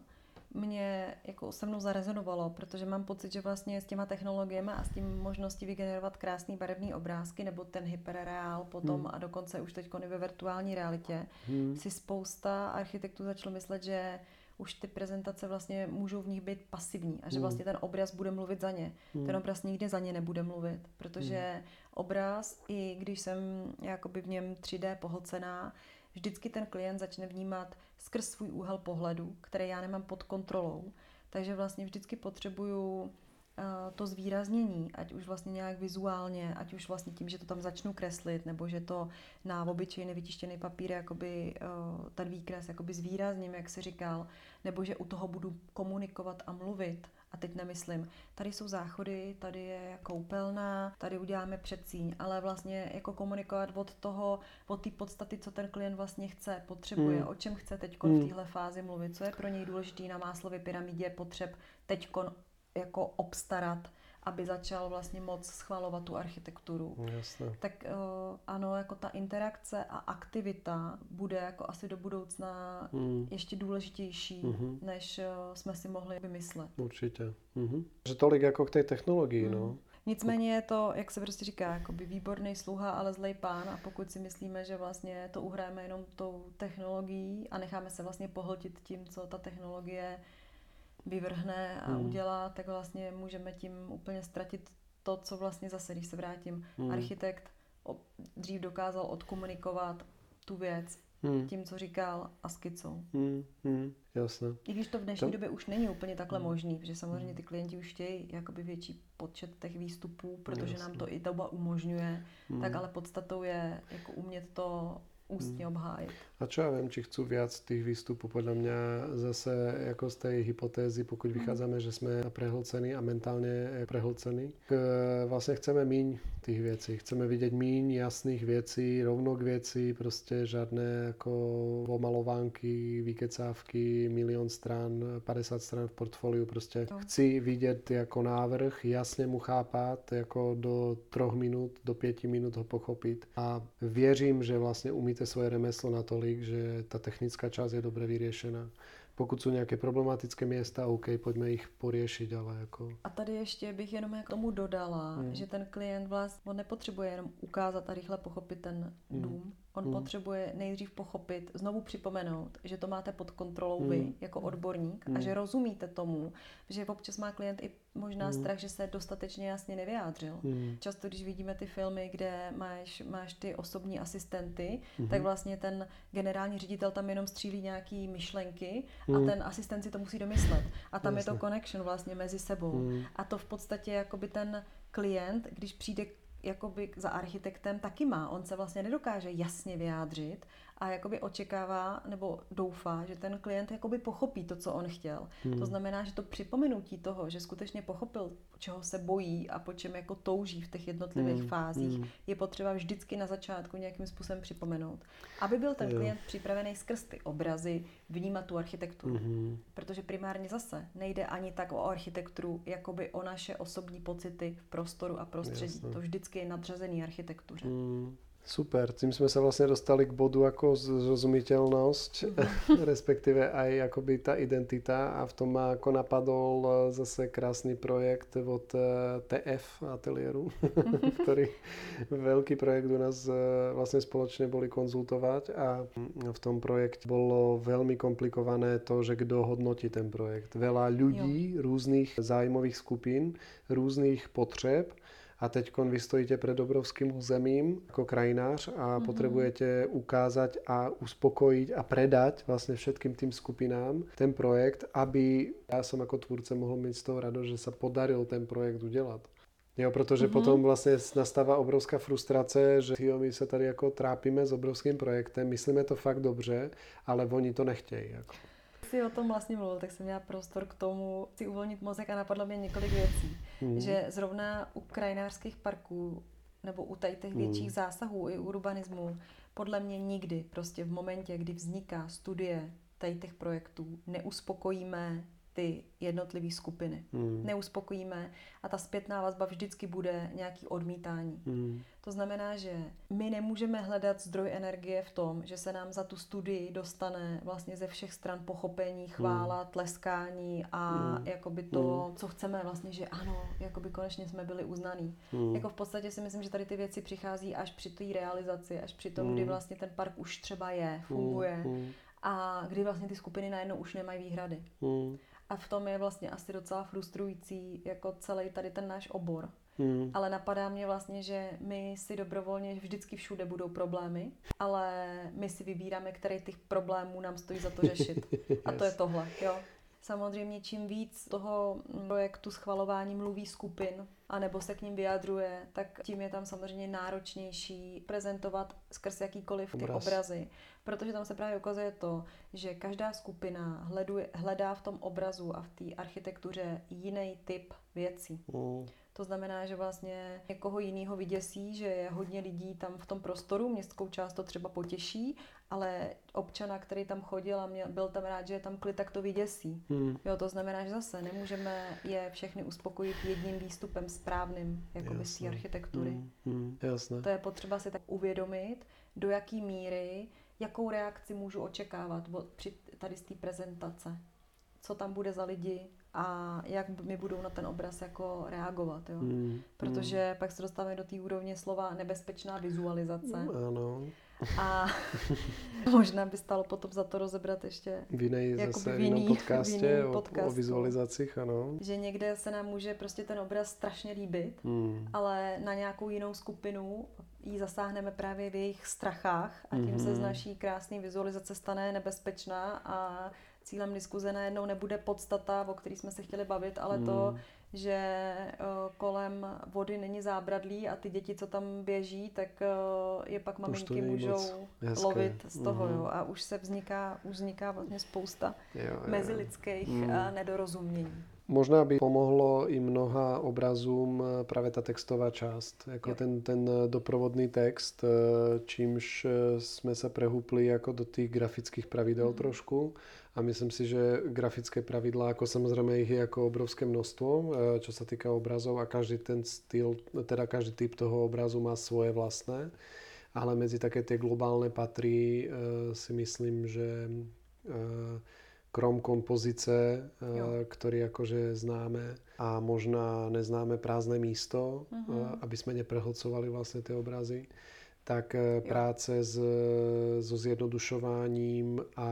mě jako se mnou zarezonovalo, protože mám pocit, že vlastně s těma technologiemi a s tím možností vygenerovat krásný barevný obrázky nebo ten hyperreál potom a dokonce už teď ve virtuální realitě si spousta architektů začalo myslet, že už ty prezentace vlastně můžou v nich být pasivní a že vlastně ten obraz bude mluvit za ně. Ten obraz nikdy za ně nebude mluvit, protože obraz, i když jsem jakoby v něm 3D pohlcená, vždycky ten klient začne vnímat skrz svůj úhel pohledu, který já nemám pod kontrolou. Takže vlastně vždycky potřebuju to zvýraznění, ať už vlastně nějak vizuálně, ať už vlastně tím, že to tam začnu kreslit, nebo že to na obyčejný vytištěný papír jakoby ten výkres jakoby zvýrazním, jak jsi říkal, nebo že u toho budu komunikovat a mluvit. A teď nemyslím, tady jsou záchody, tady je koupelna, tady uděláme předsíň, ale vlastně jako komunikovat od té podstaty, co ten klient vlastně chce, potřebuje, o čem chce teďkon v téhle fázi mluvit, co je pro něj důležitý na Maslově pyramidě potřeb teďkon jako obstarat aby začal vlastně moc schvalovat tu architekturu. Jasné. Tak ano, jako ta interakce a aktivita bude jako asi do budoucna ještě důležitější, než jsme si mohli vymyslet. Určitě. Že tolik jako k té technologii, no. Nicméně je to, jak se prostě říká, jakoby výborný sluha, ale zlej pán, a pokud si myslíme, že vlastně to uhrajeme jenom tou technologií a necháme se vlastně pohltit tím, co ta technologie vyvrhne a udělá, tak vlastně můžeme tím úplně ztratit to, co vlastně zase, když se vrátím, architekt dřív dokázal odkomunikovat tu věc tím, co říkal, a skicou. Jasně. I když to v dnešní době už není úplně takhle možný, protože samozřejmě ty klienti už chtějí jakoby větší počet těch výstupů, protože nám to i doba umožňuje, tak ale podstatou je jako umět to ústně obhájit. A čo ja viem, či chcú viac tých výstupov, podľa mňa zase ako z tej hypotézy, pokud vychádzame, že sme prehlcení a mentálne prehlcení, vlastne chceme míň tých vecí. Chceme vidieť míň jasných vecí, rovnok vecí, proste žiadne ako omalovánky, vykecávky, 1 000 000 strán, 50 strán v portfóliu, proste chci vidieť ako návrh, jasne mu chápať, ako do 3 minút, do 5 minút ho pochopiť, a věřím, že vlastne umíte svoje remeslo natolik, že ta technická část je dobře vyriešená. Pokud jsou nějaké problematické města, OK, pojďme jich poriešiť, ale jako... A tady ještě bych jenom k tomu dodala, že ten klient vlastně, on nepotřebuje jenom ukázat a rychle pochopit ten dům. On potřebuje nejdřív pochopit, znovu připomenout, že to máte pod kontrolou vy jako odborník a že rozumíte tomu, že občas má klient i možná strach, že se dostatečně jasně nevyjádřil. Často, když vidíme ty filmy, kde máš ty osobní asistenty, tak vlastně ten generální ředitel tam jenom střílí nějaký myšlenky a ten asistent si to musí domyslet. A tam je to connection vlastně mezi sebou. A to v podstatě jakoby ten klient, když přijde jakoby za architektem, taky má. On se vlastně nedokáže jasně vyjádřit a jakoby očekává nebo doufá, že ten klient jakoby pochopí to, co on chtěl. To znamená, že to připomenutí toho, že skutečně pochopil, čeho se bojí a po čem jako touží v těch jednotlivých fázích, je potřeba vždycky na začátku nějakým způsobem připomenout. Aby byl ten klient připravený skrz ty obrazy vnímat tu architekturu. Protože primárně zase nejde ani tak o architekturu, jakoby o naše osobní pocity v prostoru a prostředí. Jasne. To vždycky je nadřazený architektuře. Super, tým sme sa vlastne dostali k bodu ako zrozumiteľnosť, respektíve aj akoby tá identita, a v tom ma ako napadol zase krásny projekt od TF ateliéru, ktorý veľký projekt u nás vlastne spoločne boli konzultovať, a v tom projekte bolo veľmi komplikované to, že kto hodnotí ten projekt. Veľa ľudí, rôznych zájmových skupín, rôznych potreb. A teďkon vy stojíte pred obrovským územím ako krajinář a potrebujete ukázať a uspokojiť a predať vlastne všetkým tým skupinám ten projekt, aby ja som ako tvůrce mohl mít z toho radost, že sa podaril ten projekt udělat. Jo, protože potom vlastně nastává obrovská frustrace, že my se tady jako trápíme s obrovským projektem, myslíme to fakt dobře, ale oni to nechtějí. Jako. Si o tom vlastně mluvil, tak jsem měla prostor k tomu si uvolnit mozek a napadlo mě několik věcí. Že zrovna u krajinářských parků nebo u tady těch větších zásahů i urbanismu podle mě nikdy prostě v momentě, kdy vzniká studie tady těch projektů, neuspokojíme ty jednotlivé skupiny. Neuspokojíme a ta zpětná vazba vždycky bude nějaký odmítání. To znamená, že my nemůžeme hledat zdroj energie v tom, že se nám za tu studii dostane vlastně ze všech stran pochopení, chvála, tleskání a jakoby to, co chceme vlastně, že ano, jakoby konečně jsme byli uznaný. Jako v podstatě si myslím, že tady ty věci přichází až při té realizaci, až při tom, kdy vlastně ten park už třeba funguje a kdy vlastně ty skupiny najednou už nemají výhrady. A v tom je vlastně asi docela frustrující jako celý tady ten náš obor. Ale napadá mě vlastně, že my si dobrovolně vždycky všude budou problémy, ale my si vybíráme, který těch problémů nám stojí za to řešit. A to je tohle, jo. Samozřejmě čím víc toho projektu schvalování mluví skupin, anebo se k ním vyjadřuje, tak tím je tam samozřejmě náročnější prezentovat skrz jakýkoliv ty obrazy. Protože tam se právě ukazuje to, že každá skupina hledá v tom obrazu a v té architektuře jiný typ věcí. To znamená, že vlastně někoho jiného vyděsí, že je hodně lidí tam v tom prostoru, městskou část to třeba potěší, ale občana, který tam chodil a byl tam rád, že je tam klid, tak to vyděsí. Jo, to znamená, že zase nemůžeme je všechny uspokojit jedním výstupem správným, jakoby z té architektury. Jasné. To je potřeba si tak uvědomit, do jaký míry, jakou reakci můžu očekávat při tady z té prezentace. Co tam bude za lidi a jak mi budou na ten obraz jako reagovat. Jo? Protože pak se dostáváme do té úrovně slova nebezpečná vizualizace. Ano. A možná by stalo potom za to rozebrat ještě v jiném podcastě o vizualizacích, ano. Že někde se nám může prostě ten obraz strašně líbit, ale na nějakou jinou skupinu jí zasáhneme právě v jejich strachách a tím se z naší krásné vizualizace stane nebezpečná a cílem diskuze najednou nebude podstata, o který jsme se chtěli bavit, ale to, že kolem vody není zábradlí a ty děti, co tam běží, tak je pak maminky můžou lovit z toho. Jo, a už vzniká vlastně spousta mezilidských nedorozumění. Možná by pomohlo i mnoha obrazům právě ta textová část, jako ten doprovodný text, čímž jsme se prehúpli jako do těch grafických pravidel trošku. A myslím si, že grafické pravidlá, jako samozřejmě jich je jako obrovské množstvo, čo sa týka obrazov a každý ten styl, teda každý typ toho obrazu má svoje vlastné. Ale mezi také tie globálne patrí si myslím, že krom kompozice, ktorý akože známe a možná neznáme prázdne místo, aby sme neprehlcovali vlastne tie obrazy, tak práce so zjednodušováním a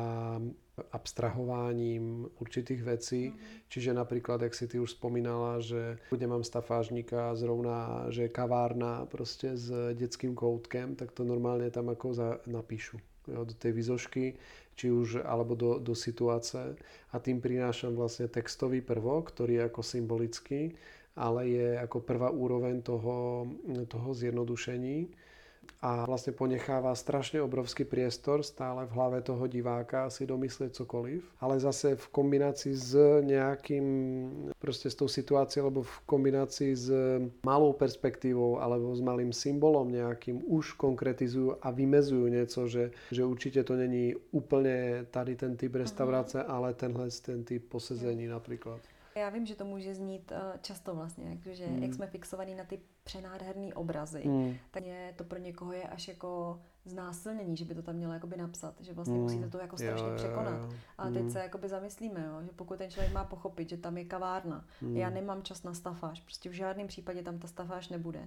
abstrahováním určitých vecí. Čiže napríklad, jak si ty už spomínala, že nemám stafážnika zrovna, že je kavárna prostě s detským koutkem, tak to normálne tam ako napíšu. Jo, do tej výzošky, či už, alebo do situace. A tým prinášam vlastne textový prvok, ktorý je ako symbolický, ale je ako prvá úroveň toho zjednodušení. A vlastne ponechává strašne obrovský priestor stále v hlave toho diváka si domyslieť cokoliv, ale zase v kombinácii s nejakým, proste s tou situáciou, alebo v kombinácii s malou perspektívou alebo s malým symbolom nejakým už konkretizujú a vymezujú nieco, že určite to není úplne tady ten typ restaurace, ale ten typ posezení napríklad. Já vím, že to může znít často vlastně, že jak jsme fixovaní na ty přenádherný obrazy, tak to pro někoho je až jako znásilnění, že by to tam mělo jakoby napsat, že vlastně musíte to jako strašně překonat. Ale teď se jakoby zamyslíme, jo, že pokud ten člověk má pochopit, že tam je kavárna, já nemám čas na stafáž, prostě v žádném případě tam ta stafáž nebude,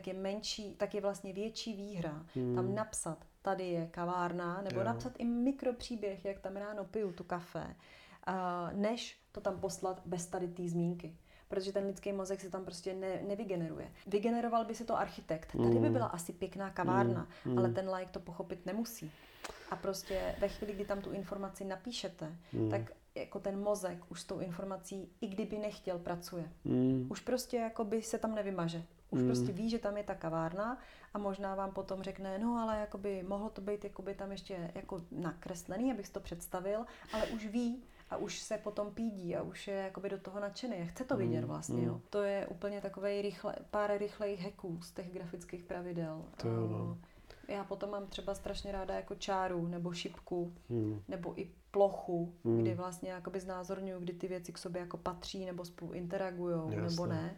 tak je vlastně větší výhra tam napsat, tady je kavárna, nebo napsat i mikropříběh, jak tam ráno piju tu kafe, než to tam poslat bez tady té zmínky. Protože ten lidský mozek se tam prostě nevygeneruje. Vygeneroval by si to architekt. Tady by byla asi pěkná kavárna, ale ten laik to pochopit nemusí. A prostě ve chvíli, kdy tam tu informaci napíšete, tak jako ten mozek už s tou informací, i kdyby nechtěl, pracuje. Už prostě jakoby se tam nevymaže. Už prostě ví, že tam je ta kavárna a možná vám potom řekne, no ale jakoby mohlo to být jakoby tam ještě jako nakreslený, abych si to představil, ale už ví a už se potom pídí a už je jakoby do toho nadšený a chce to vidět vlastně. Jo. To je úplně takovej pár rychlejch hacků z těch grafických pravidel. Já potom mám třeba strašně ráda jako čáru nebo šipku nebo i plochu, kdy vlastně jakoby znázorňuju, kdy ty věci k sobě jako patří nebo spolu interagujou nebo ne.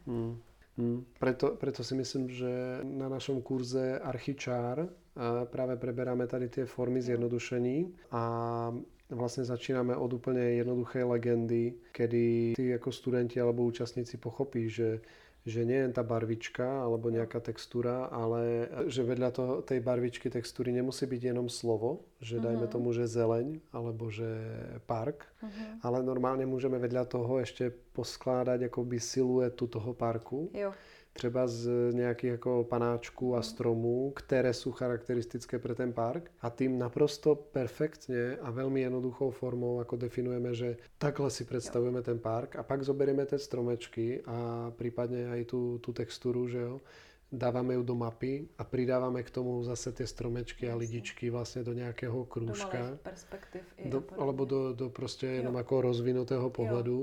Preto si myslím, že na našom kurze Archičár práve preberáme tady tie formy zjednodušení a vlastne začíname od úplne jednoduchej legendy, kedy ty ako studenti alebo účastníci pochopí, že nie je tá barvička alebo nejaká textúra, ale že vedľa tej barvičky textúry nemusí byť jenom slovo, že dajme tomu, že zeleň alebo že park, ale normálne môžeme vedľa toho ešte poskládať akoby siluetu toho parku. Jo. Třeba z nejakých ako panáčků a stromů, ktoré sú charakteristické pre ten park a tým naprosto perfektne a veľmi jednoduchou formou ako definujeme, že takhle si predstavujeme ten park a pak zoberieme tie stromečky a prípadne aj tú textúru, že jo, dávame ju do mapy a pridávame k tomu zase tie stromečky a lidičky vlastne do nejakého krúžka. Do malých perspektív. Alebo do proste jenom ako rozvinutého pohľadu.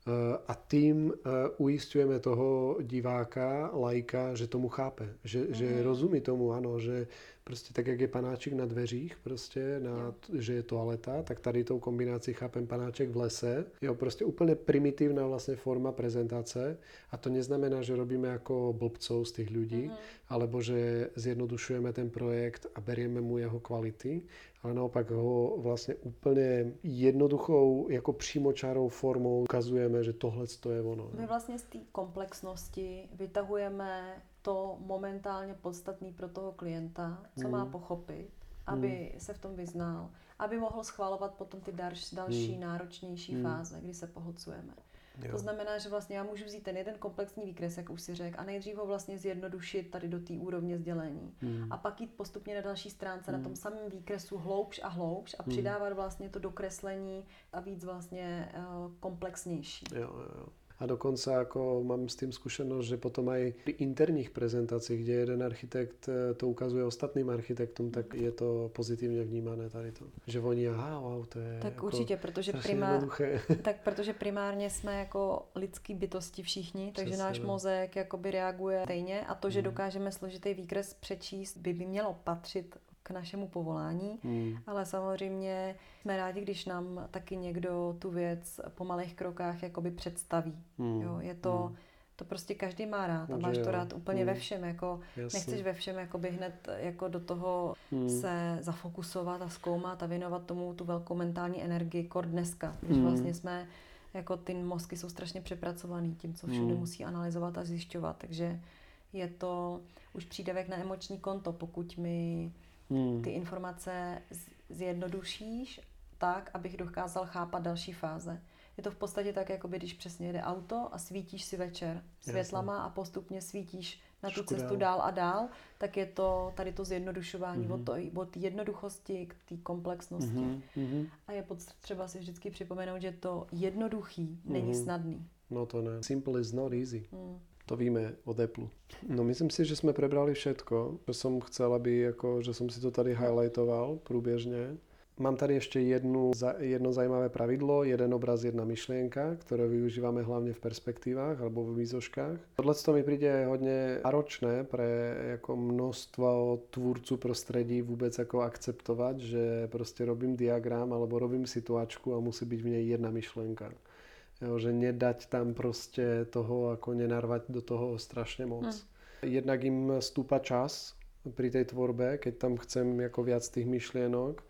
A tým uisťujeme toho diváka, laika, že tomu chápe, že rozumí tomu, ano, že prostě tak, jak je panáček na dveřích, prostě, že je toaleta, tak tady tou kombinací chápem panáček v lese. Jo, prostě úplně primitívna vlastně forma prezentace a to neznamená, že robíme jako blbcov z tých ľudí, alebo že zjednodušujeme ten projekt a berieme mu jeho kvality, ale naopak ho vlastně úplně jednoduchou, jako přímočárou formou ukazujeme, že tohle je ono. My vlastně z té komplexnosti vytahujeme to momentálně podstatný pro toho klienta, co má pochopit, aby se v tom vyznal, aby mohl schvalovat potom ty další náročnější fáze, kdy se pohlcujeme. Jo. To znamená, že vlastně já můžu vzít ten jeden komplexní výkres, jak už si řekl, a nejdřív ho vlastně zjednodušit tady do té úrovně sdělení. A pak jít postupně na další stránce, na tom samém výkresu hloubš a přidávat vlastně to dokreslení a víc vlastně komplexnější. Jo. A dokonca ako mám s tým skúsenosť, že potom aj pri interných prezentáciách, kde jeden architekt to ukazuje ostatným architektom, tak je to pozitívne vnímané tady to. Že oni, wow, to je tak jako určitě, protože primárně jsme jako lidský bytosti všichni, takže náš mozek jakoby reaguje stejně a to, že dokážeme složitý výkres přečíst, by mělo patřit k našemu povolání, ale samozřejmě jsme rádi, když nám taky někdo tu věc po malých krokách jakoby představí. Jo, je to prostě každý má rád a máš to rád úplně ve všem, jako nechceš ve všem jakoby hned jako do toho se zafokusovat a zkoumat a věnovat tomu tu velkou mentální energii, kor dneska, když vlastně jsme, jako ty mozky jsou strašně přepracovaný tím, co všude musí analyzovat a zjišťovat, takže je to už přídavek na emoční konto, pokud mi ty informace zjednodušíš tak, abych dokázal chápat další fáze. Je to v podstatě tak, jako by když přesně jede auto a svítíš si večer světlama a postupně svítíš na tu cestu dál a dál, tak je to tady to zjednodušování od jednoduchosti k té komplexnosti. A je potřeba si vždycky připomenout, že to jednoduchý není snadný. No to ne. Simple is not easy. To víme od Apple. No myslím si, že jsme prebrali všetko, čo som chcel, že som si to tady highlightoval průběžně. Mám tady ještě jedno zajímavé pravidlo, jeden obraz, jedna myšlienka, ktoré využívame hlavne v perspektívach alebo v výzoškách. Tohle mi príde hodně náročné pre jako množstvo tvůrců prostredí vůbec jako akceptovať, že prostě robím diagram alebo robím situačku a musí byť v nej jedna myšlienka. Jo, že nedať tam prostě toho, ako nenarvať do toho strašne moc. Jednak im stúpa čas pri tej tvorbe, keď tam chcem jako viac tých myšlienok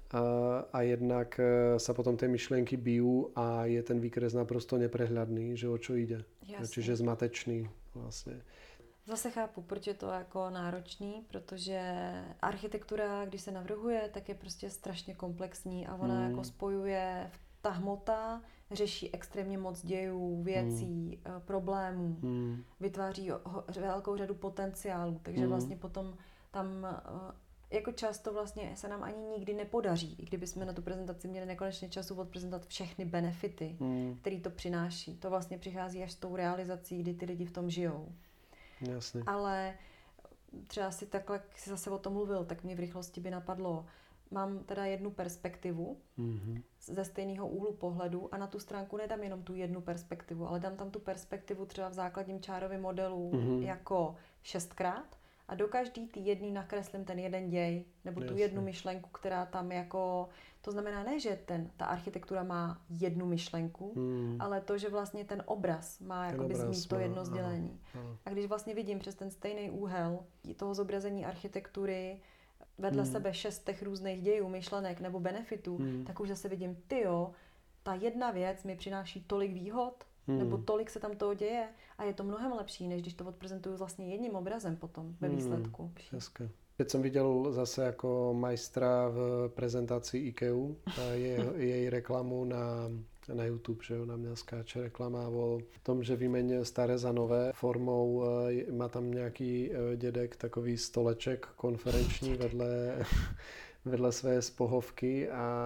a jednak sa potom tie myšlienky bijú a je ten výkres naprosto neprehľadný, že o čo ide. Čiže zmatečný vlastně. Zase chápu, proč je to jako náročný, protože architektura, když se navrhuje, tak je prostě strašně komplexní a ona jako spojuje ta hmota, řeší extrémně moc dějů, věcí, problémů, vytváří velkou řadu potenciálů, takže vlastně potom tam jako často vlastně se nám ani nikdy nepodaří, i kdyby jsme na tu prezentaci měli nekonečně času odprezentovat všechny benefity, který to přináší. To vlastně přichází až s tou realizací, kdy ty lidi v tom žijou. Jasně. Ale třeba si takhle, jak jsi zase o tom mluvil, tak mě v rychlosti by napadlo, mám teda jednu perspektivu ze stejného úhlu pohledu a na tu stránku nedám jenom tu jednu perspektivu, ale dám tam tu perspektivu třeba v základním čárovém modelu jako 6krát a do každý ty jedný nakreslím ten jeden děj nebo tu jednu myšlenku, která tam jako, to znamená ne, že ta architektura má jednu myšlenku, ale to, že vlastně ten obraz má jakoby zmít to jedno sdělení. A když vlastně vidím přes ten stejný úhel toho zobrazení architektury vedle sebe 6 různých dějů, myšlenek nebo benefitů, tak už zase vidím, ta jedna věc mi přináší tolik výhod, nebo tolik se tam toho děje a je to mnohem lepší, než když to odprezentuju vlastně jedním obrazem potom ve výsledku. Hezké. Keď som videl zase jako majstra v prezentaci IKEA a jej reklamu na YouTube, že na mňa skáče reklama o tom, že vymeň staré za nové formou, má tam nějaký dědek takový stoleček konferenční vedle své spohovky a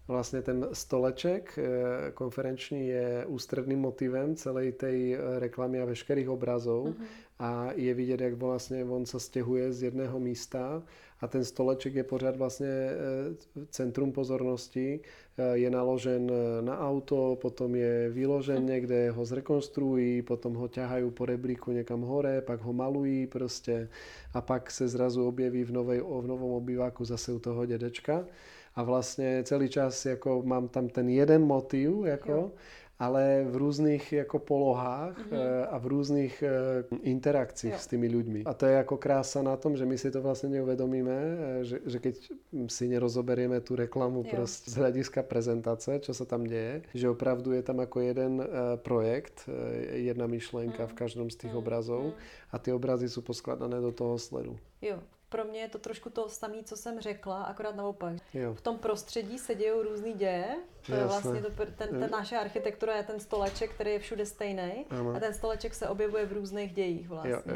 Vlastne ten stoleček konferenčný je ústredným motivem celej tej reklamy a veškerých obrazov a je vidieť, jak vlastne on sa sťahuje z jedného místa a ten stoleček je pořád vlastne centrum pozornosti. Je naložen na auto, potom je vyložen niekde, ho zrekonstruují, potom ho ťahajú po rebríku niekam hore, pak ho malují proste a pak se zrazu objeví v novom obýváku zase u toho dedečka. A vlastne celý čas jako mám tam ten jeden motiv, jako, ale v různých jako polohách a v různých interakcích s tými ľuďmi. A to je jako krása na tom, že my si to vlastne neuvedomíme, že keď si nerozoberieme tú reklamu proste z hľadiska prezentace, čo sa tam deje, že opravdu je tam ako jeden projekt, jedna myšlenka v každom z tých obrazov a ty obrazy sú poskladané do toho sledu. Jo. Pro mě je to trošku to samé, co jsem řekla, akorát naopak. Jo. V tom prostředí se dějou různý děje. To je vlastně ten naše architektura je ten stoleček, který je všude stejný. A ten stoleček se objevuje v různých dějích vlastně.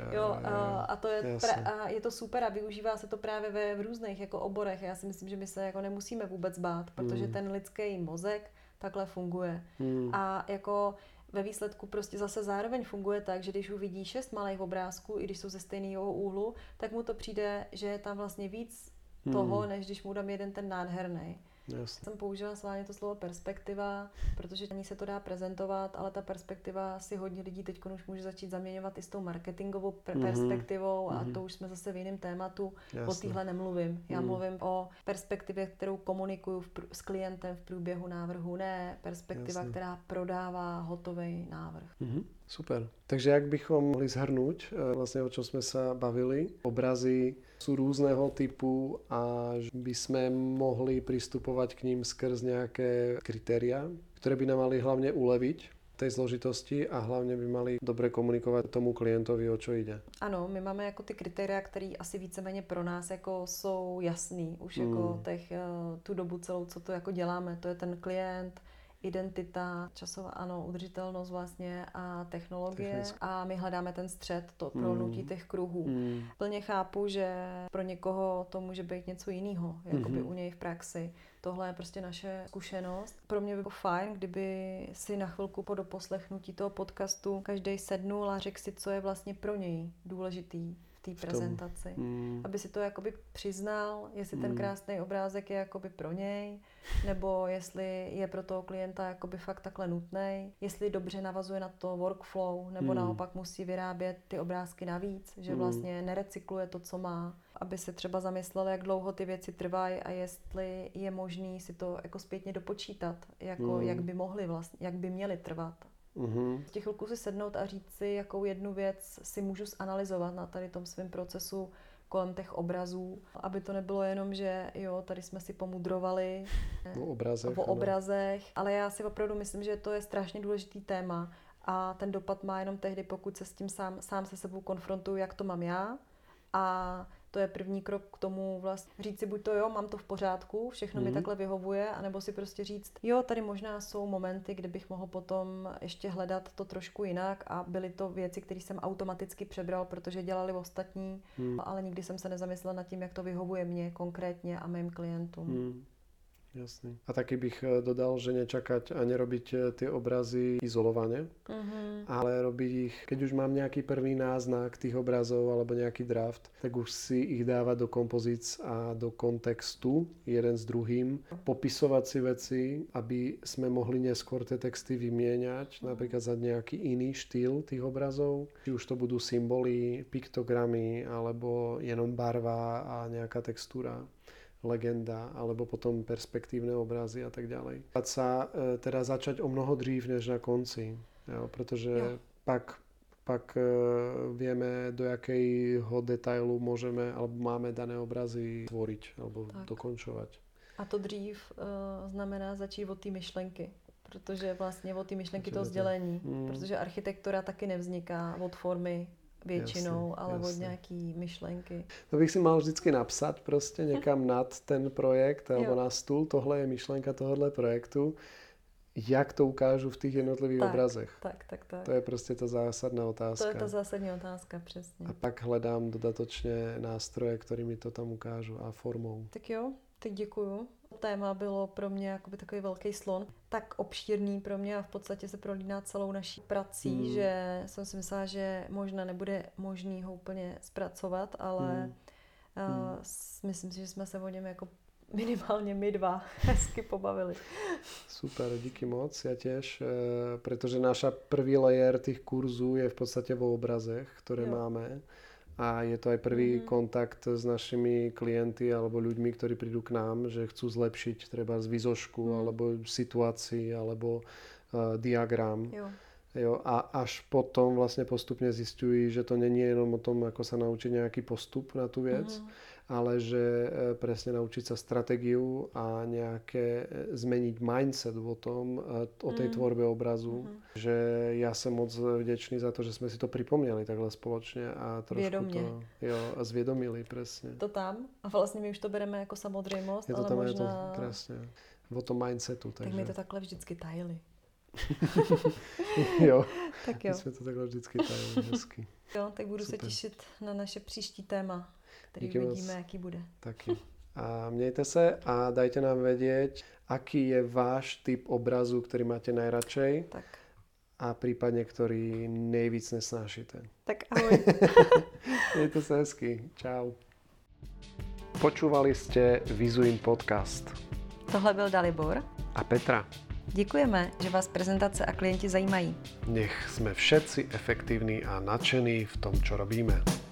A to je, je to super a využívá se to právě v různých jako oborech. Já si myslím, že my se jako nemusíme vůbec bát, protože ten lidský mozek takhle funguje. A jako ve výsledku prostě zase zároveň funguje tak, že když uvidí 6 malých obrázků, i když jsou ze stejného úhlu, tak mu to přijde, že je tam vlastně víc toho, než když mu dám jeden ten nádherný. Jasně. Jsem použila sválně to slovo perspektiva, protože ani se to dá prezentovat, ale ta perspektiva si hodně lidí teď už může začít zaměňovat i s tou marketingovou perspektivou a to už jsme zase v jiném tématu. Jasně. O téhle nemluvím. Já mluvím o perspektivě, kterou komunikuju s klientem v průběhu návrhu, ne perspektiva, Jasně. která prodává hotový návrh. Super. Takže jak bychom mohli zhrnúť, vlastne o čom sme sa bavili. Obrazy sú rôzneho typu a by sme mohli pristupovať k ním skrz nejaké kritériá, ktoré by nám mali hlavne uleviť tej zložitosti a hlavne by mali dobre komunikovať tomu klientovi, o čo ide. Ano, my máme jako ty kritéria, které asi víceméně pro nás jako jsou jasný. Už jako tu dobu celou, co to jako děláme. To je ten klient, identita, časová, ano, udržitelnost vlastně a technologie a my hledáme ten střed, to prolnutí těch kruhů. Plně chápu, že pro někoho to může být něco jiného, jakoby u něj v praxi. Tohle je prostě naše zkušenost. Pro mě by bylo fajn, kdyby si na chvilku po doposlechnutí toho podcastu každý sednul a řekl si, co je vlastně pro něj důležitý té prezentaci. Aby si to jakoby přiznal, jestli ten krásný obrázek je jakoby pro něj, nebo jestli je pro toho klienta jakoby fakt takhle nutnej, jestli dobře navazuje na to workflow, nebo naopak musí vyrábět ty obrázky navíc, že vlastně nerecykluje to, co má, aby se třeba zamyslel, jak dlouho ty věci trvají a jestli je možný si to jako zpětně dopočítat, jako jak by mohly vlastně, jak by měly trvat. V těch chvilku si sednout a říct si, jakou jednu věc si můžu zanalyzovat na tady tom svém procesu kolem těch obrazů, aby to nebylo jenom, že jo, tady jsme si pomudrovali o obrazech, ale já si opravdu myslím, že to je strašně důležitý téma a ten dopad má jenom tehdy, pokud se s tím sám se sebou konfrontuju, jak to mám já a to je první krok k tomu vlastně říct si buď to jo, mám to v pořádku, všechno mi takhle vyhovuje, anebo si prostě říct, jo, tady možná jsou momenty, kde bych mohl potom ještě hledat to trošku jinak a byly to věci, které jsem automaticky přebral, protože dělali ostatní, ale nikdy jsem se nezamyslela nad tím, jak to vyhovuje mně konkrétně a mým klientům. Jasný. A taky bych dodal, že nečakať a nerobiť tie obrazy izolovane, ale robiť ich, keď už mám nejaký prvý náznak tých obrazov alebo nejaký draft, tak už si ich dávať do kompozíc a do kontextu jeden s druhým, popisovať si veci, aby sme mohli neskôr tie texty vymieňať, napríklad za nejaký iný štýl tých obrazov, či už to budú symboly, piktogramy alebo jenom barva a nejaká textúra, legenda, alebo potom perspektívne obrazy a tak ďalej. A sa teda začať o mnoho dřív než na konci, jo, pretože pak vieme, do jakého detailu môžeme alebo máme dané obrazy tvoriť alebo dokončovať. A to dřív znamená začít od té myšlenky, protože vlastně od té myšlenky toho sdělení, protože architektura taky nevzniká od formy většinou, ale od nějaký myšlenky. To bych si mal vždycky napsat prostě někam nad ten projekt alebo na stůl, tohle je myšlenka tohohle projektu, jak to ukážu v těch jednotlivých obrazech. Tak. To je prostě ta zásadná otázka. To je ta zásadní otázka, přesně. A pak hledám dodatočně nástroje, kterými to tam ukážu a formou. Tak jo, Tak děkuju. Téma bylo pro mě jakoby takový velký slon, tak obšírný pro mě a v podstatě se prolíná celou naší prací, že jsem si myslela, že možná nebude možný ho úplně zpracovat, ale myslím si, že jsme se o něm jako minimálně my dva hezky pobavili. Super, díky moc, ja tiež, pretože naša prvý layer tých kurzů je v podstate vo obrazech, ktoré máme. A je to aj prvý kontakt s našimi klienty alebo ľuďmi, ktorí prídu k nám, že chcú zlepšiť treba z výzošku alebo situácii alebo diagram. Jo, a až potom vlastne postupne zistujú, že to není jenom o tom, ako sa naučiť nejaký postup na tú vec, ale že presne naučiť sa stratégiu a nejaké zmeniť mindset o tom, o tej tvorbe obrazu. Že ja som moc vďačný za to, že sme si to pripomněli takhle spoločne a trošku Vědomě. to zvědomili, presne. To tam a vlastně my už to bereme jako samozřejmost, Je to ale tam, možná... je to presne o tom mindsetu. Tak my to takhle vždycky tajili. Jo, Tak jo. my jsme to takhle vždycky tajili, hezky. Jo, tak budu Super. se těšit na naše příští téma, který Díky moc. uvidíme, jaký bude. Taky. A mějte se a dajte nám vědět, aký je váš typ obrazu, který máte najradšej Tak. a prípadne, ktorý nejvíc nesnášíte. Tak ahoj. Mějte se hezky. Čau. Počúvali ste Vizuin podcast. Tohle byl Dalibor. A Petra. Děkujeme, že vás prezentace a klienti zajímají. Nech sme všetci efektívni a nadšení v tom, čo robíme.